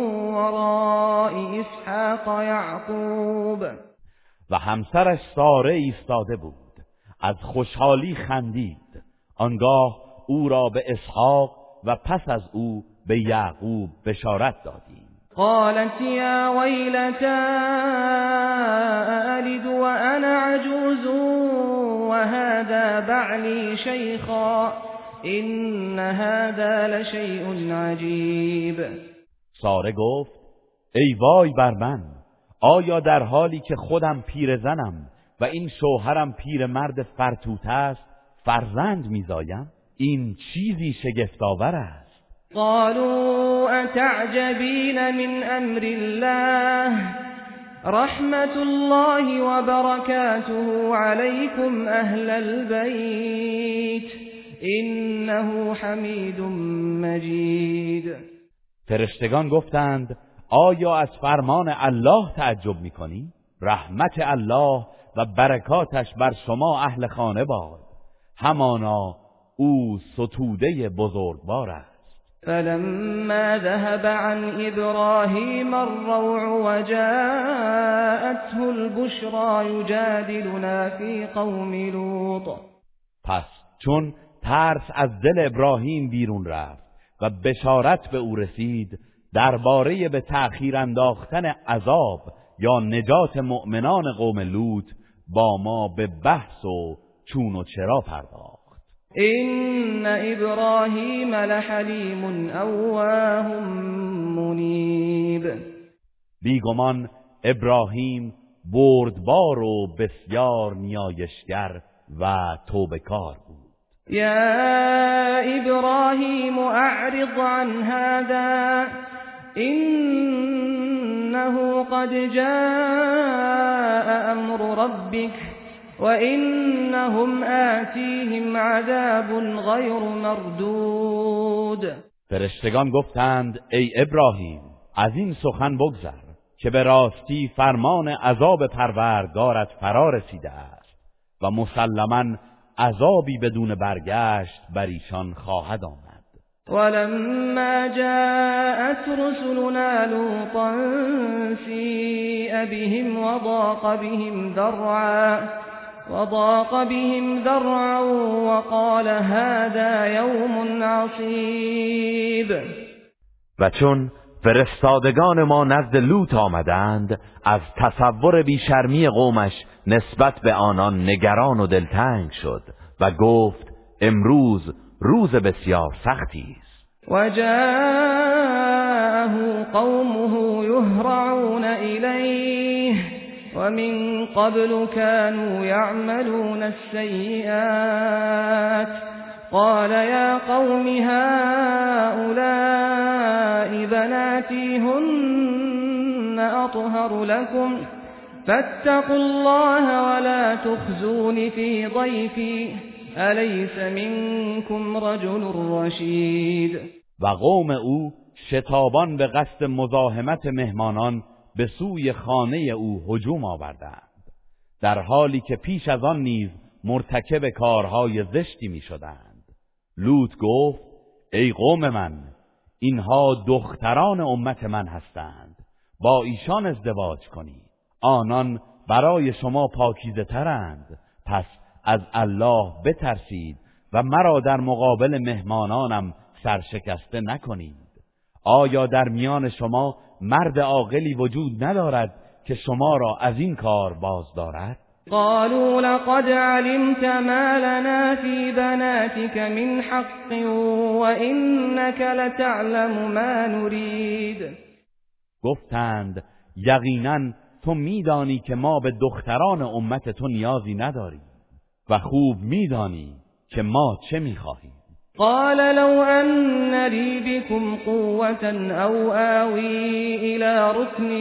وراء إسحاق يعقوب. و همسرش ساره ایستاده بود، از خوشحالی خندید. آنگاه او را به اسحاق و پس از او به یعقوب بشارت دادیم. قالت يا ويلتى ألد وأنا عجوز وهذا بعلي شيخا إن هذا لشيء عجيب. ساره گفت ای وای بر من، آیا در حالی که خودم پیرزنم و این شوهرم پیرمرد فرتوت است فرزند میزایم؟ این چیزی شگفت‌آور است. قالوا أتعجبين من أمر الله رحمة الله وبركاته عليكم أهل البيت إنه حميد مجيد. فرشتگان گفتند آیا از فرمان الله تعجب میکنی؟ رحمت الله و برکاتش بر شما اهل خانه باد، همانا او ستوده بزرگوار است. فلما ذهب عن إبراهيم الروع وجاءته البشرى يجادلنا في قوم لوط. پس چون ترس از دل ابراهیم بیرون رفت و بشارت به او رسید درباره به تأخیر انداختن عذاب یا نجات مؤمنان قوم لوط، با ما به بحث و چون و چرا پرداخت. إن إبراهيم لحليم أواه منيب. بیگمان ابراهیم بردبار و بسیار نیایشگر و توبه‌کار بود. يا إبراهيم أعرض عن هذا إنه قد جاء أمر ربك وإنهم آتيهم عذاب غير مردود. فرشتگان گفتند ای ابراهیم از این سخن بگذر که به راستی فرمان عذاب پروردگارت فرا رسیده است و مسلماً عذابی بدون برگشت بر ایشان خواهد آمد. ولما جاءت رسلنا لوطا سيء بهم وضاق بهم ذرعا وضاق بهم ذرعا وقال هذا يوم عصيب. و چون فرستادگان ما نزد لوط آمدند، از تصور بیشرمی قومش نسبت به آنان نگران و دلتنگ شد و گفت امروز روز بسیار سختی است. و جاءه قومه یهرعون الیه و من قبل كانوا يعملون السیئات قال يا قوم هؤلاء بناتي هن أطهر لكم فاتقوا الله ولا تخزون في ضيفي أليس منكم رجل رشید. و قوم او شتابان به قصد مزاحمت مهمانان به سوی خانه او هجوم آوردند، در حالی که پیش از آن نیز مرتکب کارهای زشتی می شدند. لوط گفت ای قوم من، اینها دختران امت من هستند، با ایشان ازدواج کنید، آنان برای شما پاکیزه ترند، پس از الله بترسید و مرا در مقابل مهمانانم سرشکسته نکنید. آیا در میان شما مرد عاقلی وجود ندارد که شما را از این کار باز دارد؟ قالوا لقد علمت ما لنا في بناتك من حق وإنك لتعلم ما نريد. گفتند یقینا تو میدانی که ما به دختران امت تو نیازی نداریم و خوب میدانی که ما چه میخواهیم. قال لو أن لي بكم قوة أو آوي إلى ركن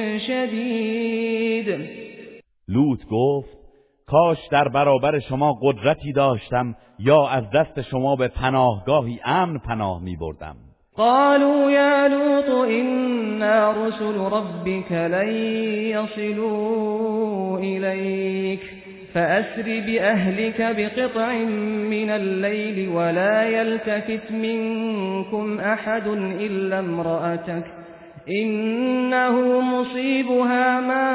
شديد. لوط گفت کاش در برابر شما قدرتی داشتم یا از دست شما به پناهگاهی امن پناه می بردم. قالوا يا لوط إنا رسل ربك لن يصلوا إليك فأسر بأهلك بقطع من الليل ولا يلتفت منكم أحد إلا امرأتك إنه مصيبها ما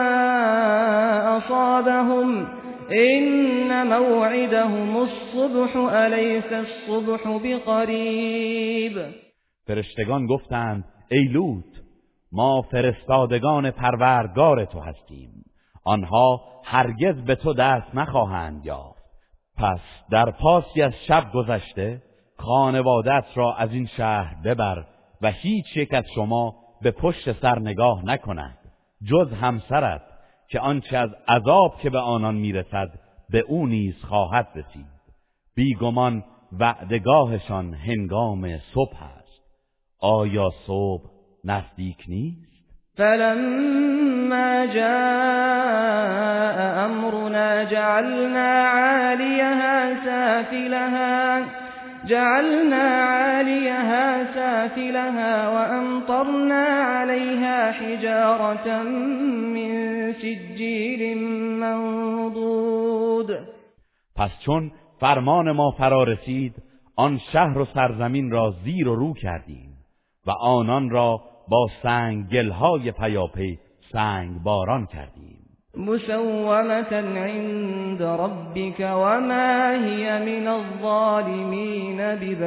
أصابهم إن موعدهم الصبح أليس الصبح بقريب. فرشتگان گفتند ای لوط ما فرستادگان پروردگار تو هستیم، آنها هرگز به تو دست نخواهند یافت. پس در پاسی از شب گذشته خانوادت را از این شهر ببر و هیچ یک از شما به پشت سر نگاه نکند جز همسرت که آنچه از عذاب که به آنان میرسد به او نیز خواهد رسید. بیگمان وعدگاهشان هنگام صبح است. آیا صبح نزدیک نیست؟ فلما جاء أمرنا جعلنا عاليها سافلها جعلنا عاليها سافلها وأمطرنا عليها حجارة من سجیل منضود. پس چون فرمان ما فرا رسید آن شهر و سرزمین را زیر و رو کردیم و آنان را با سنگگلهای پیاپی سنگ باران کردیم. مسومة عند ربك وما هي من الظالمین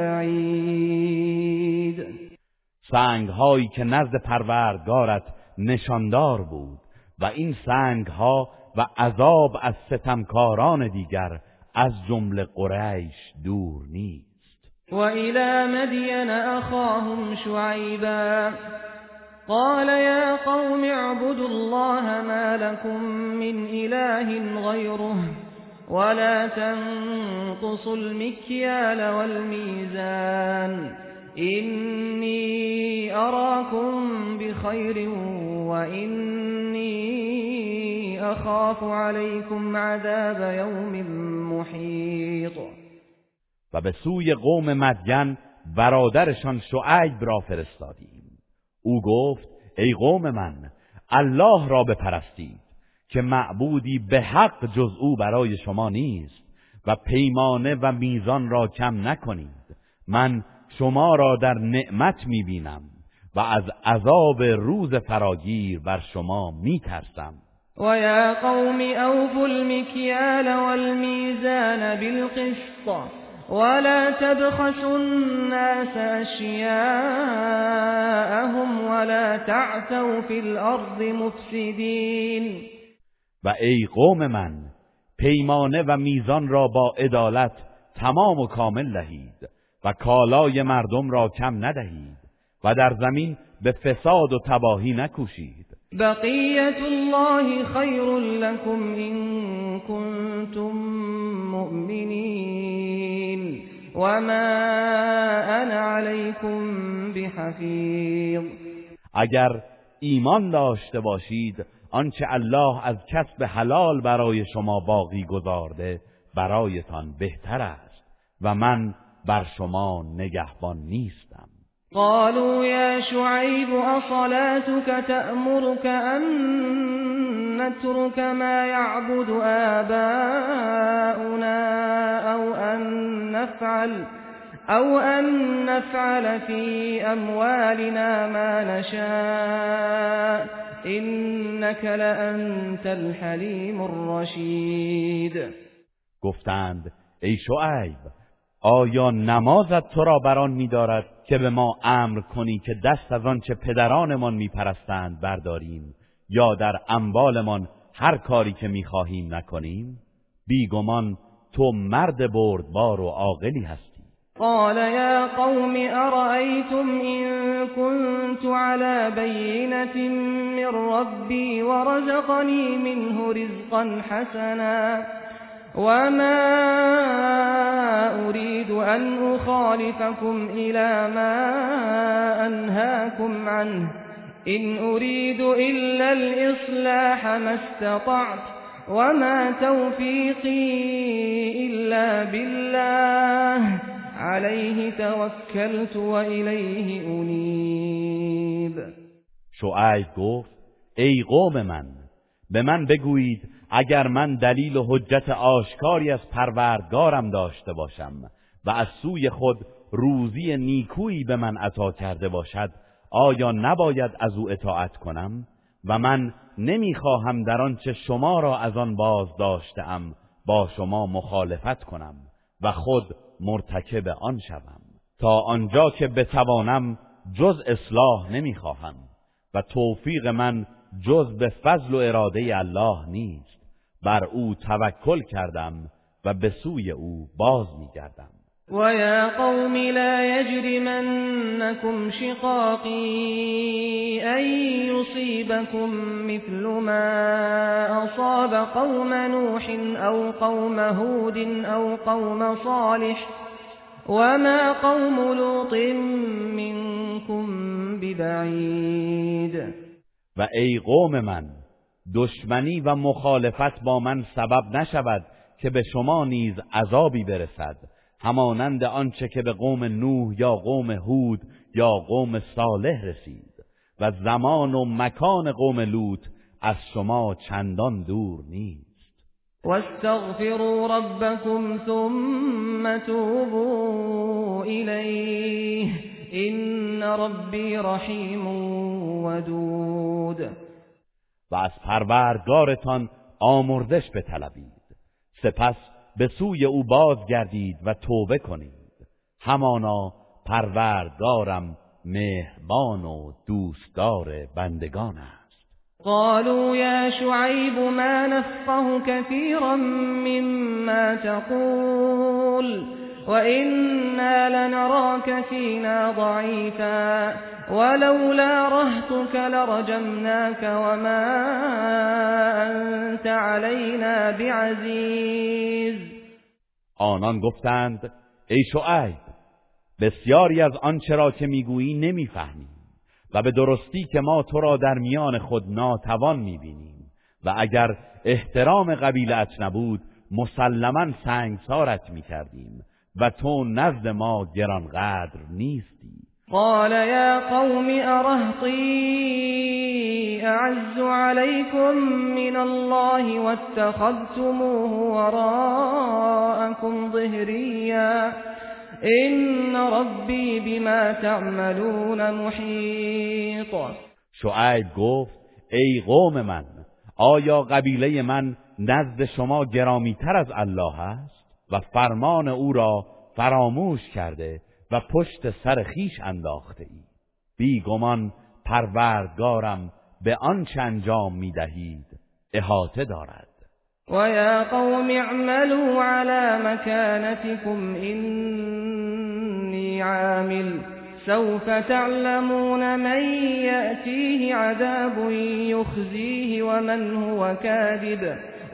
ببعید. سنگ هایی که نزد پروردگارت نشاندار بود و این سنگ ها و عذاب از ستمکاران دیگر از جمله قریش دور نیست. و الى مدین اخاهم شعیبا قال یا قوم اعبدوا الله ما لكم من اله غیره ولا تنقصوا المكيال والميزان إني أراكم بخير وإني أخاف عليكم عذاب يوم محيط. و به سوی قوم مدین برادرشان شعیب را فرستادیم. او گفت ای قوم من، الله را بپرستید که معبودی به حق جز او برای شما نیست و پیمانه و میزان را کم نکنید. من شما را در نعمت میبینم و از عذاب روز فراگیر بر شما میترسم. و یا قوم اوفوا المکیال والمیزان بالقسط ولا تبخسوا الناس اشیاءهم ولا تعثوا فی الارض مفسدین. و ای قوم من، پیمانه و میزان را با عدالت تمام و کامل دهید و کالای مردم را کم ندهید و در زمین به فساد و تباهی نکوشید. بقیت الله خیر لكم ان کنتم مؤمنین وما انا علیکم بحفیظ. اگر ایمان داشته باشید آنچه الله از کسب حلال برای شما باقی گذارده برایتان بهتر است و من بر شما نگهبان نیستم. قالوا یا شعیب اصلاتك تأمرك ان نترك ما یعبد آباؤنا او ان نفعل او ان نفعل في اموالنا ما نشاء انك لانت الحلیم الرشید. گفتند ای شعیب، آیا نمازت تو را بران می‌دارد که به ما امر کنی که دست از آن چه پدرانمان می‌پرستند برداریم یا در اموالمان هر کاری که می‌خواهیم نکنیم؟ بیگمان تو مرد بردبار و عاقلی هستی. قال یا قوم ارأيتم إن كنت على بينة من ربي ورزقني منه رزقا حسنا وما أريد أن أخالفكم إلى ما أنهاكم عنه إن أريد إلا الإصلاح ما استطعت وما توفيقي إلا بالله عليه توكلت وإليه أنيب. شعیب گفت ای قوم من، به من بگویید اگر من دلیل و حجت آشکاری از پروردگارم داشته باشم و از سوی خود روزی نیکویی به من عطا کرده باشد، آیا نباید از او اطاعت کنم؟ و من نمیخواهم در آنچه شما را از آن باز داشتم با شما مخالفت کنم و خود مرتکب آن شوم. تا آنجا که بتوانم جز اصلاح نمیخواهم و توفیق من جز به فضل و اراده الله نیست. بر او توکل کردم و به سوی او باز میگردم. و یا قوم لا یجرمنکم شقاقی ان یصیبکم مثل ما اصاب قوم نوح او قوم هود او قوم صالح وما قوم لوط منکم ببعید. و ای قوم من، دشمنی و مخالفت با من سبب نشود که به شما نیز عذابی برسد، همانند آنچه که به قوم نوح یا قوم هود یا قوم صالح رسید و زمان و مکان قوم لوط از شما چندان دور نیست. واستغفروا ربكم ثم توبوا إليه إن ربي رحیم ودود. و از پروردگارتان آمرزش بطلبید، سپس به سوی او بازگردید و توبه کنید، همانا پروردگارم مهربان و دوستدار بندگان است. قالوا يا شعيب ما نفقه كثيرا مما تقول وإنا لنراك فينا ضعيفا ولولا رهتك لرجمناك وما أنت علينا بعزيز. آنان گفتند ای شعیب، بسیاری از آنچه را که میگویی نمیفهمیم و به درستی که ما تو را در میان خود ناتوان میبینیم و اگر احترام قبیله‌ات نبود مسلماً سنگسارت میکردیم و تو نزد ما گرانقدر نیستی. قال يا قوم أرهطي أعز عليكم من الله واتخذتموه وراءكم ظهريا إن ربي بما تعملون محيط. شعیب گفت ای قوم من، آیا قبیله من نزد شما گرامیتر از الله است و فرمان او را فراموش کرده و پشت سر خیش انداخته ای؟ بیگمان پروردگارم به آنچه انجام میدهید احاطه دارد. ويا قوم اعملوا على مكانتكم إني عامل سوف تعلمون من يأتيه عذاب يخزيه ومن هو كاذب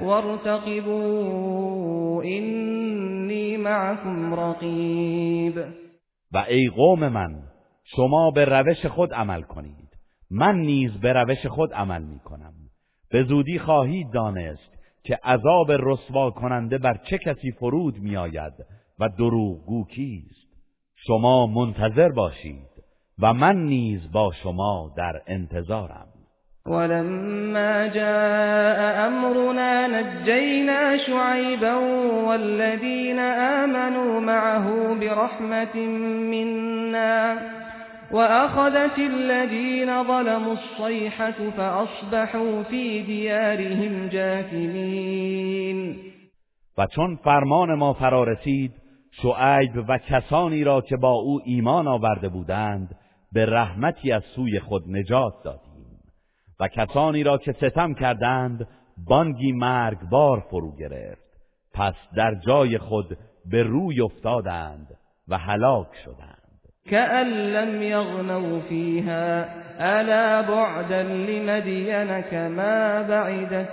وارتقبوا إني معكم رقيب. و ای قوم من، شما به روش خود عمل کنید، من نیز به روش خود عمل می کنم. به زودی خواهید دانست که عذاب رسوا کننده بر چه کسی فرود می آید و دروغگو کیست. شما منتظر باشید و من نیز با شما در انتظارم. ولما جاء أمرنا نجينا شعيبا والذين آمنوا معه برحمة منا وأخذت الذين ظلموا الصيحة فأصبحوا في ديارهم جاثمين. و چون فرمان ما فرا رسید، شعیب و کسانی را که با او ایمان آورده بودند به رحمتی از سوی خود نجات دادیم و کسانی را که ستم کردند بانگی مرگبار فرو گرفت، پس در جای خود به روی افتادند و هلاک شدند. كأن لم يغنوا فيها ألا بعدا لمدين كما بعدت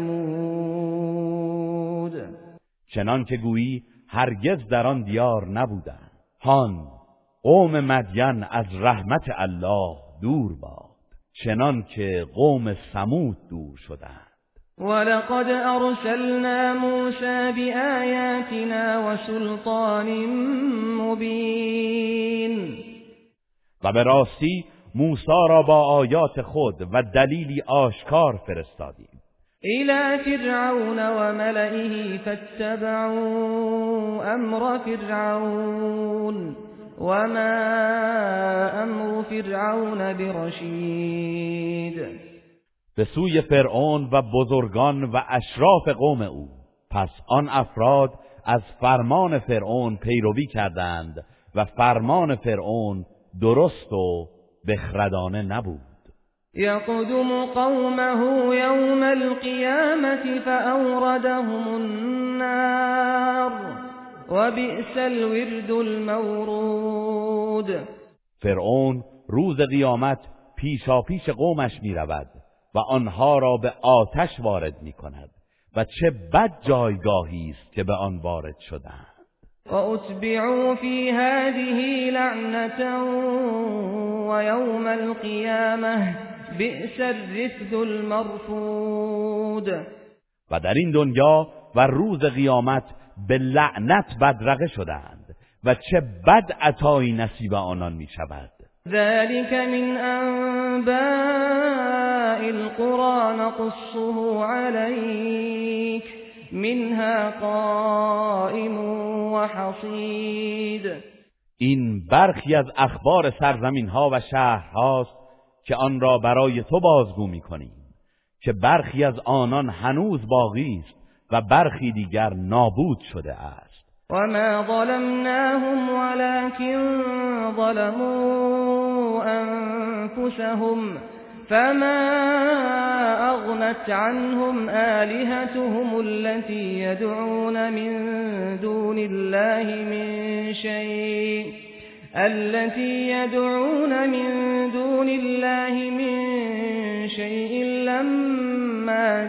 ثمود. چنان که گویی هرگز در آن دیار نبودند. هان قوم مدین از رحمت الله دور باد، چنان که قوم ثمود دور شدند. ولقد أرسلنا موسى بآياتنا وسلطان مبين. و به راستی موسی را با آیات خود و دلیلی آشکار فرستادیم إلى فرعون وملئه فاتبعوا أمر فرعون وما أمر فرعون برشید. به سوی فرعون و بزرگان و اشراف قوم او، پس آن افراد از فرمان فرعون پیروی کردند و فرمان فرعون درست و بخردانه نبود. يقدم قومه يوم القيامة فأوردهم النار وبئس الورد المورود. فرعون روز قیامت پیشا پیش قومش می رود و آنها را به آتش وارد می کند و چه بد جایگاهی است که به آن وارد شدند. و اتبعوا فی هذه لعنة و یوم القیامة بئس الرفد المرفود. و در این دنیا و روز قیامت به لعنت بدرقه شدند و چه بد عطایی نصیب آنان می شود. ذلك من انباء القرى نقصه عليك منها قائم و حصید. این برخی از اخبار سرزمین ها و شهرهاست که آن را برای تو بازگو می کنیم که برخی از آنان هنوز باقی است و برخی دیگر نابود شده است. وما ظلمناهم ولكن ظلموا أنفسهم فما أغنت عنهم آلهتهم التي يدعون من دون الله من شيء التي يدعون من دون الله من شيء لما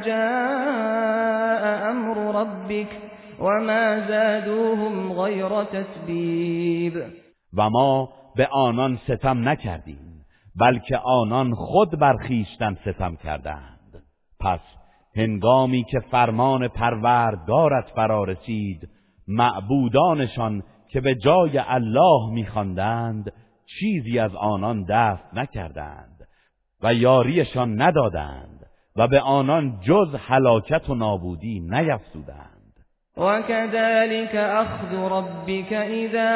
جاء أمر ربك وما زادوهم غیر تتبیب. و ما به آنان ستم نکردیم بلکه آنان خود بر خویشتن ستم کردند. پس هنگامی که فرمان پروردگارت فرا رسید معبودانشان که به جای الله می‌خواندند چیزی از آنان دفع نکردند و یاریشان ندادند و به آنان جز هلاکت و نابودی نیفزودند. وكذلك أخذ ربك إذا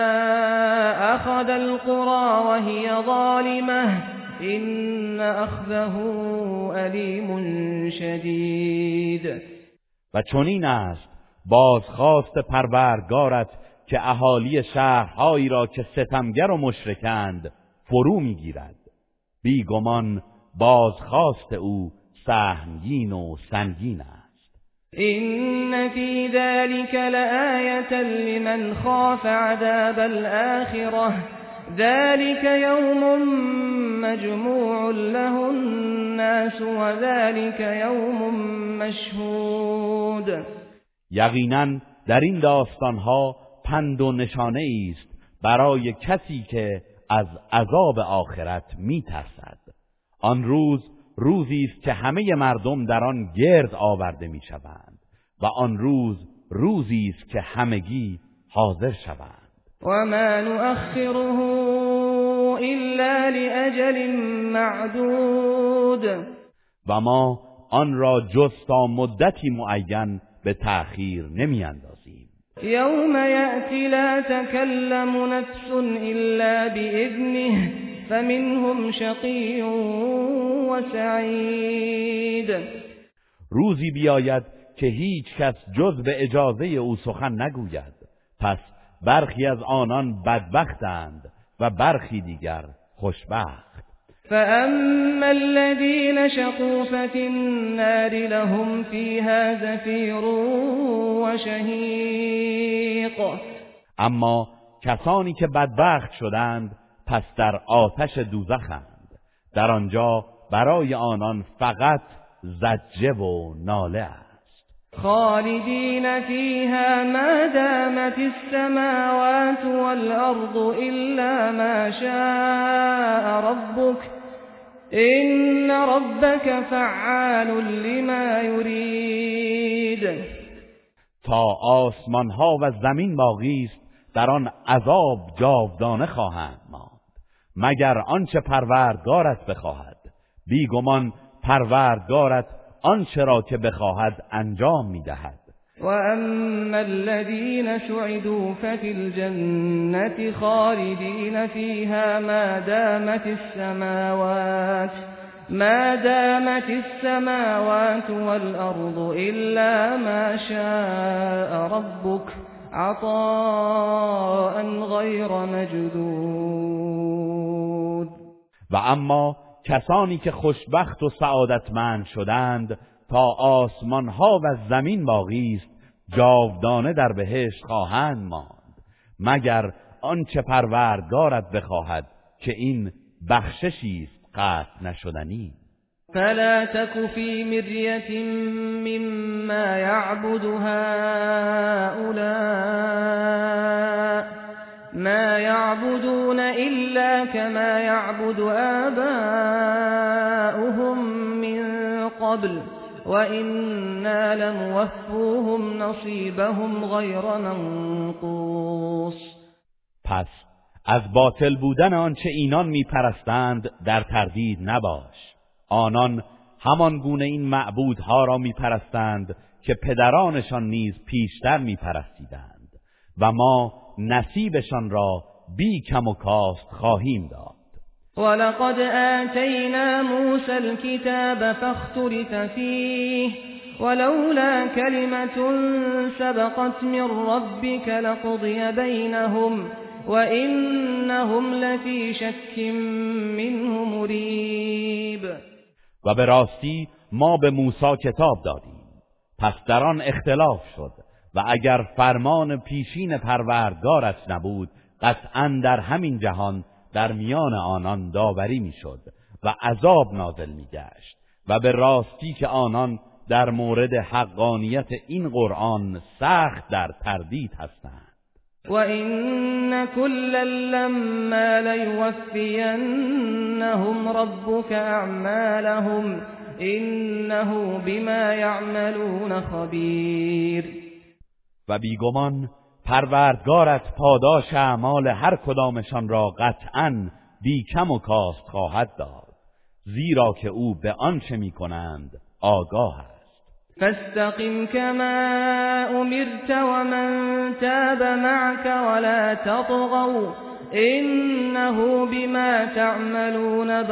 أخذ القرى وهي ظالمة إن أخذه أليم شدید. و چنین است بازخواست پروردگارت که اهالی شهرهایی را که ستمگر و مشرکند فرو میگیرد. بیگمان بازخواست او سهمگین و سنگین است. إن في ذلك لآية لمن خاف عذاب الآخرة ذلك يوم مجموع له الناس وذلك يوم مشهود. یقینا در این داستانها پند و نشانه است برای کسی که از عذاب آخرت می‌ترسد. آن روز روزی است که همه مردم در آن گرد آورده می‌شوند و آن روز روزی است که همگی حاضر شوند. و ما نؤخره الا لاجل معدود. و ما آن را جز تا مدتی معین به تأخیر نمی‌اندازیم. یوم یأتی لا تکلم نفس الا بإذنه فمنهم شقی و سعید. روزی بیاید که هیچ کس جز به اجازه او سخن نگوید، پس برخی از آنان بدبختند و برخی دیگر خوشبخت. فأما الذين شقوا ففي النار لهم فيها زفير وشهيق. اما کسانی که بدبخت شدند پس در آتش دوزخند، در آنجا برای آنان فقط زجه و ناله است. خالدین فیها ما دامت السماوات والارض الا ما شاء ربک ان ربک فعال لما یرید. تا آسمان ها و زمین باقی است در آن عذاب جاودانه خواهند ماند مگر آنچه پروردگارت بخواهد. بیگمان پروردگارت آنچه را که بخواهد انجام میدهد. و اما الذين سعدوا ففي الجنة خالدين فيها ما دامت السماوات ما دامت السماوات والأرض إلا ما شاء ربك عطاء غیر مجدود. و اما کسانی که خوشبخت و سعادتمند شدند تا آسمان ها و زمین باقی است جاودانه در بهشت خواهند ماند مگر آنچه پروردگارت بخواهد که این بخششی است قطع نشدنی. فلا تك في مرية مما يعبد هؤلاء ما يعبدون إلا كما يعبد آباؤهم من قبل وإنا لموفوهم نصيبهم غير منقوص. پس از باطل بودن آنچه اینان میپرستند در تردید نباش. آنان همان گونه این معبودها را میپرستند که پدرانشان نیز پیشتر میپرستیدند و ما نصیبشان را بی کم و کاست خواهیم داد. ولقد آتینا موسى الكتاب فاختلف فيه ولولا كلمة سبقت من ربك لقضي بينهم وإنهم لفي شك منه مريب. و به راستی ما به موسی کتاب دادیم، پس در آن اختلاف شد و اگر فرمان پیشین پروردگارش نبود قطعا در همین جهان در میان آنان داوری میشد و عذاب نازل میگشت و به راستی که آنان در مورد حقانیت این قرآن سخت در تردید هستند. و این کلا لما لیوفینهم ربک اعمالهم انه بما یعملون خبیر. و بیگمان پروردگارت پاداش اعمال هر کدامشان را قطعاً بی کم و کاست خواهد داد، زیرا که او به آنچه میکنند آگاه است. فاستقم كما امرت ومن تاب معك ولا تطغوا انه بما تعملون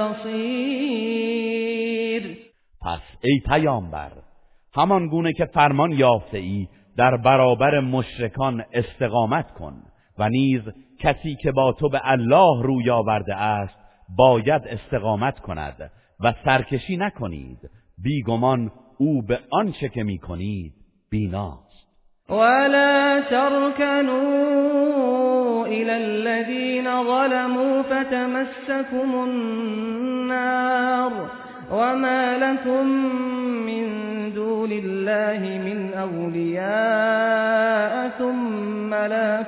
بصیر. پس ای پیامبر همان گونه که فرمان یافته ای در برابر مشرکان استقامت کن و نیز کسی که با تو به الله روی آورده است باید استقامت کند و سرکشی نکنید، بیگمان او به آنچه که میکنید بیناست. ولا تركنوا الى الذين ظلموا فتمسكم النار وما لكم من دون الله من اولیاء ثم لا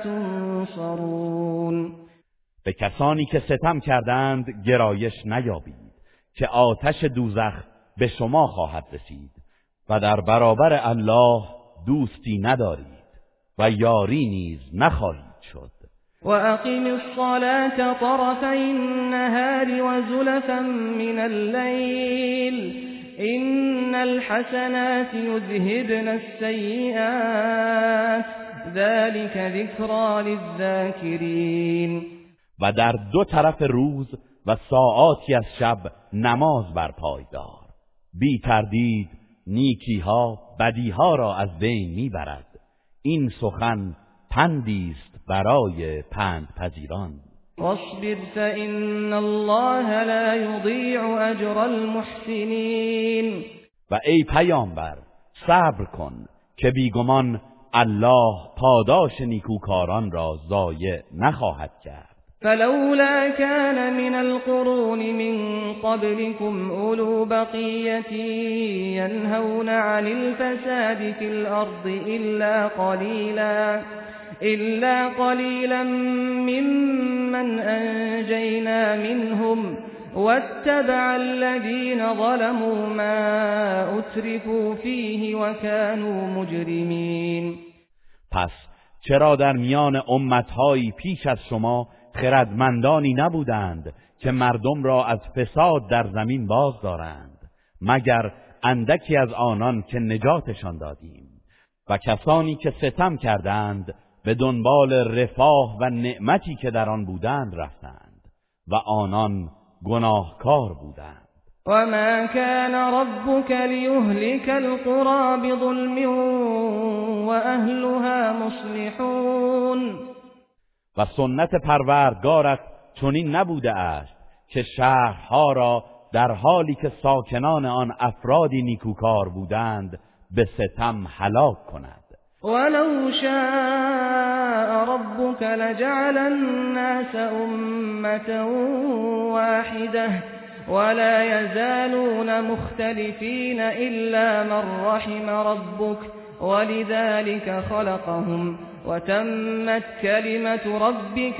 تنصرون. به کسانی که ستم کردند گرایش نیابید که آتش دوزخ به شما خواهد رسید و در برابر الله دوستی ندارید و یاری نیز نخواهید شد. و اقیم الصلاة طرفی النهار و زلفا من الليل ان الحسنات یذهبن السیئات ذلك ذکری للذاکرین. و در دو طرف روز و ساعاتی از شب نماز برپای دار، بی تردید نیکی ها بدی ها را از بین میبرد. این سخن پندی است برای پند پذیران. واصبر فإن الله لا يضيع اجر المحسنین. و ای پیامبر صبر کن که بیگمان الله پاداش نیکوکاران را ضایع نخواهد کرد. فلولا كان من القرون من قبلكم أولو بقية ينهون عن الفساد في الأرض إلا قليلا إلا قليلا ممن أنجينا منهم واتبع الذين ظلموا ما أترفوا فيه وكانوا مجرمين. پس چرا در میان امتهایی پیش از شما خردمندانی نبودند که مردم را از فساد در زمین باز دارند مگر اندکی از آنان که نجاتشان دادیم و کسانی که ستم کردند به دنبال رفاه و نعمتی که در آن بودند رفتند و آنان گناهکار بودند. وما كان ربك ليهلك القرى بظلم وأهلها مصلحون. و سنت پروردگارت چنین نبوده است که شهرها را در حالی که ساکنان آن افرادی نیکوکار بودند به ستم هلاک کند. ولو شاء ربك لجعل الناس أمة واحدة ولا يزالون مختلفين إلا من رحم ربك ولذلك خلقهم وتمت كلمة ربك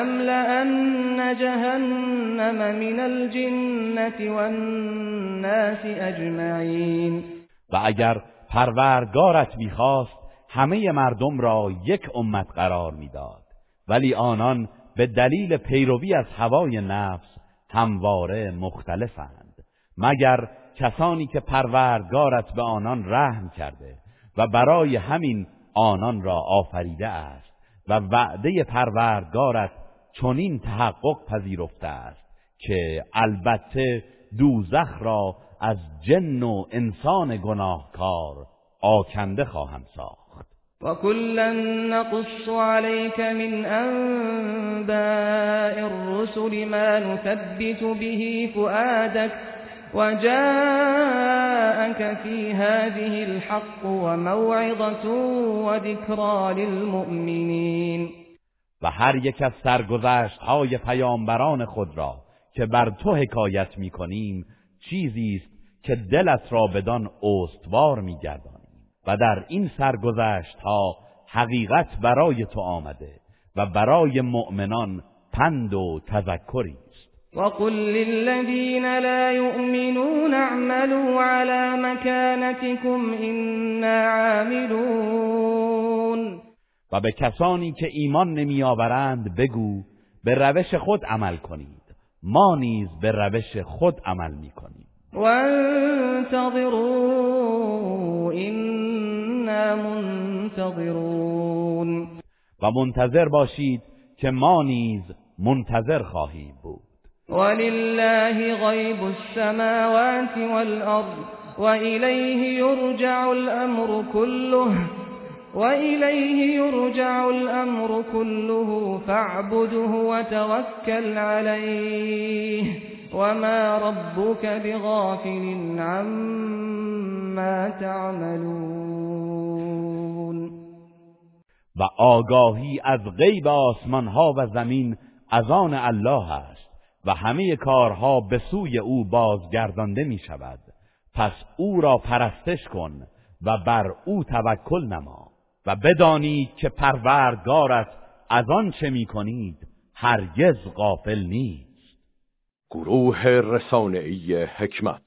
لأملأن جهنم من الجنة والناس أجمعين. و اگر پروردگارت می‌خواست همه مردم را یک امت قرار می‌داد ولی آنان به دلیل پیروی از هوای نفس همواره مختلفند، مگر کسانی که پروردگارت به آنان رحم کرده و برای همین آنان را آفریده است و وعده پروردگارت چنین تحقق پذیرفته است که البته دوزخ را از جن و انسان گناهکار آکنده خواهم ساخت. وَكُلًّا نَّقُصُّ عَلَيْكَ مِنْ أَنبَاءِ الرُّسُلِ مَا نُثَبِّتُ بِهِ فُؤَادَكَ وَجَاءَكَ فِي هَٰذِهِ الْحَقُّ وَمَوْعِظَةٌ وَذِكْرَىٰ لِلْمُؤْمِنِينَ. و هر یک از سرگذشت‌های پیامبران خود را که بر تو حکایت می‌کنیم چیزی است که دلت را بدان استوار می‌گرداند و در این سرگذشت‌ها حقیقت برای تو آمده و برای مؤمنان پند و تذکری است. وَقُل لِّلَّذِينَ لَا يُؤْمِنُونَ اعْمَلُوا عَلَىٰ مَكَانَتِكُمْ إِنَّا عَامِلُونَ. و به کسانی که ایمان نمی‌آورند بگو به روش خود عمل کنید، ما نیز به روش خود عمل می‌کنیم. وَانتَظِرُوا إِنَّا مُنتَظِرُونَ. و منتظر باشید که ما نیز منتظر خواهیم بود. وَلِلَّهِ غَيْبُ السَّمَاوَاتِ وَالْأَرْضِ وَإِلَيْهِ يُرْجَعُ الْأَمْرُ كُلُّهُ وَإِلَيْهِ يُرْجَعُ الْأَمْرُ كُلُّهُ فَاعْبُدْهُ وَتَوَكَّلْ عَلَيْهِ وَمَا رَبُّكَ بِغَافِلٍ عَمَّا تَعْمَلُونَ. و آگاهی از غیب آسمانها و زمین از آن الله است و همه کارها به سوی او بازگردانده می شود. پس او را پرستش کن و بر او توکل نما و بدانید که پروردگارت از آن چه می کنید هرگز غافل نیست. گروه رسانه‌ای حکمت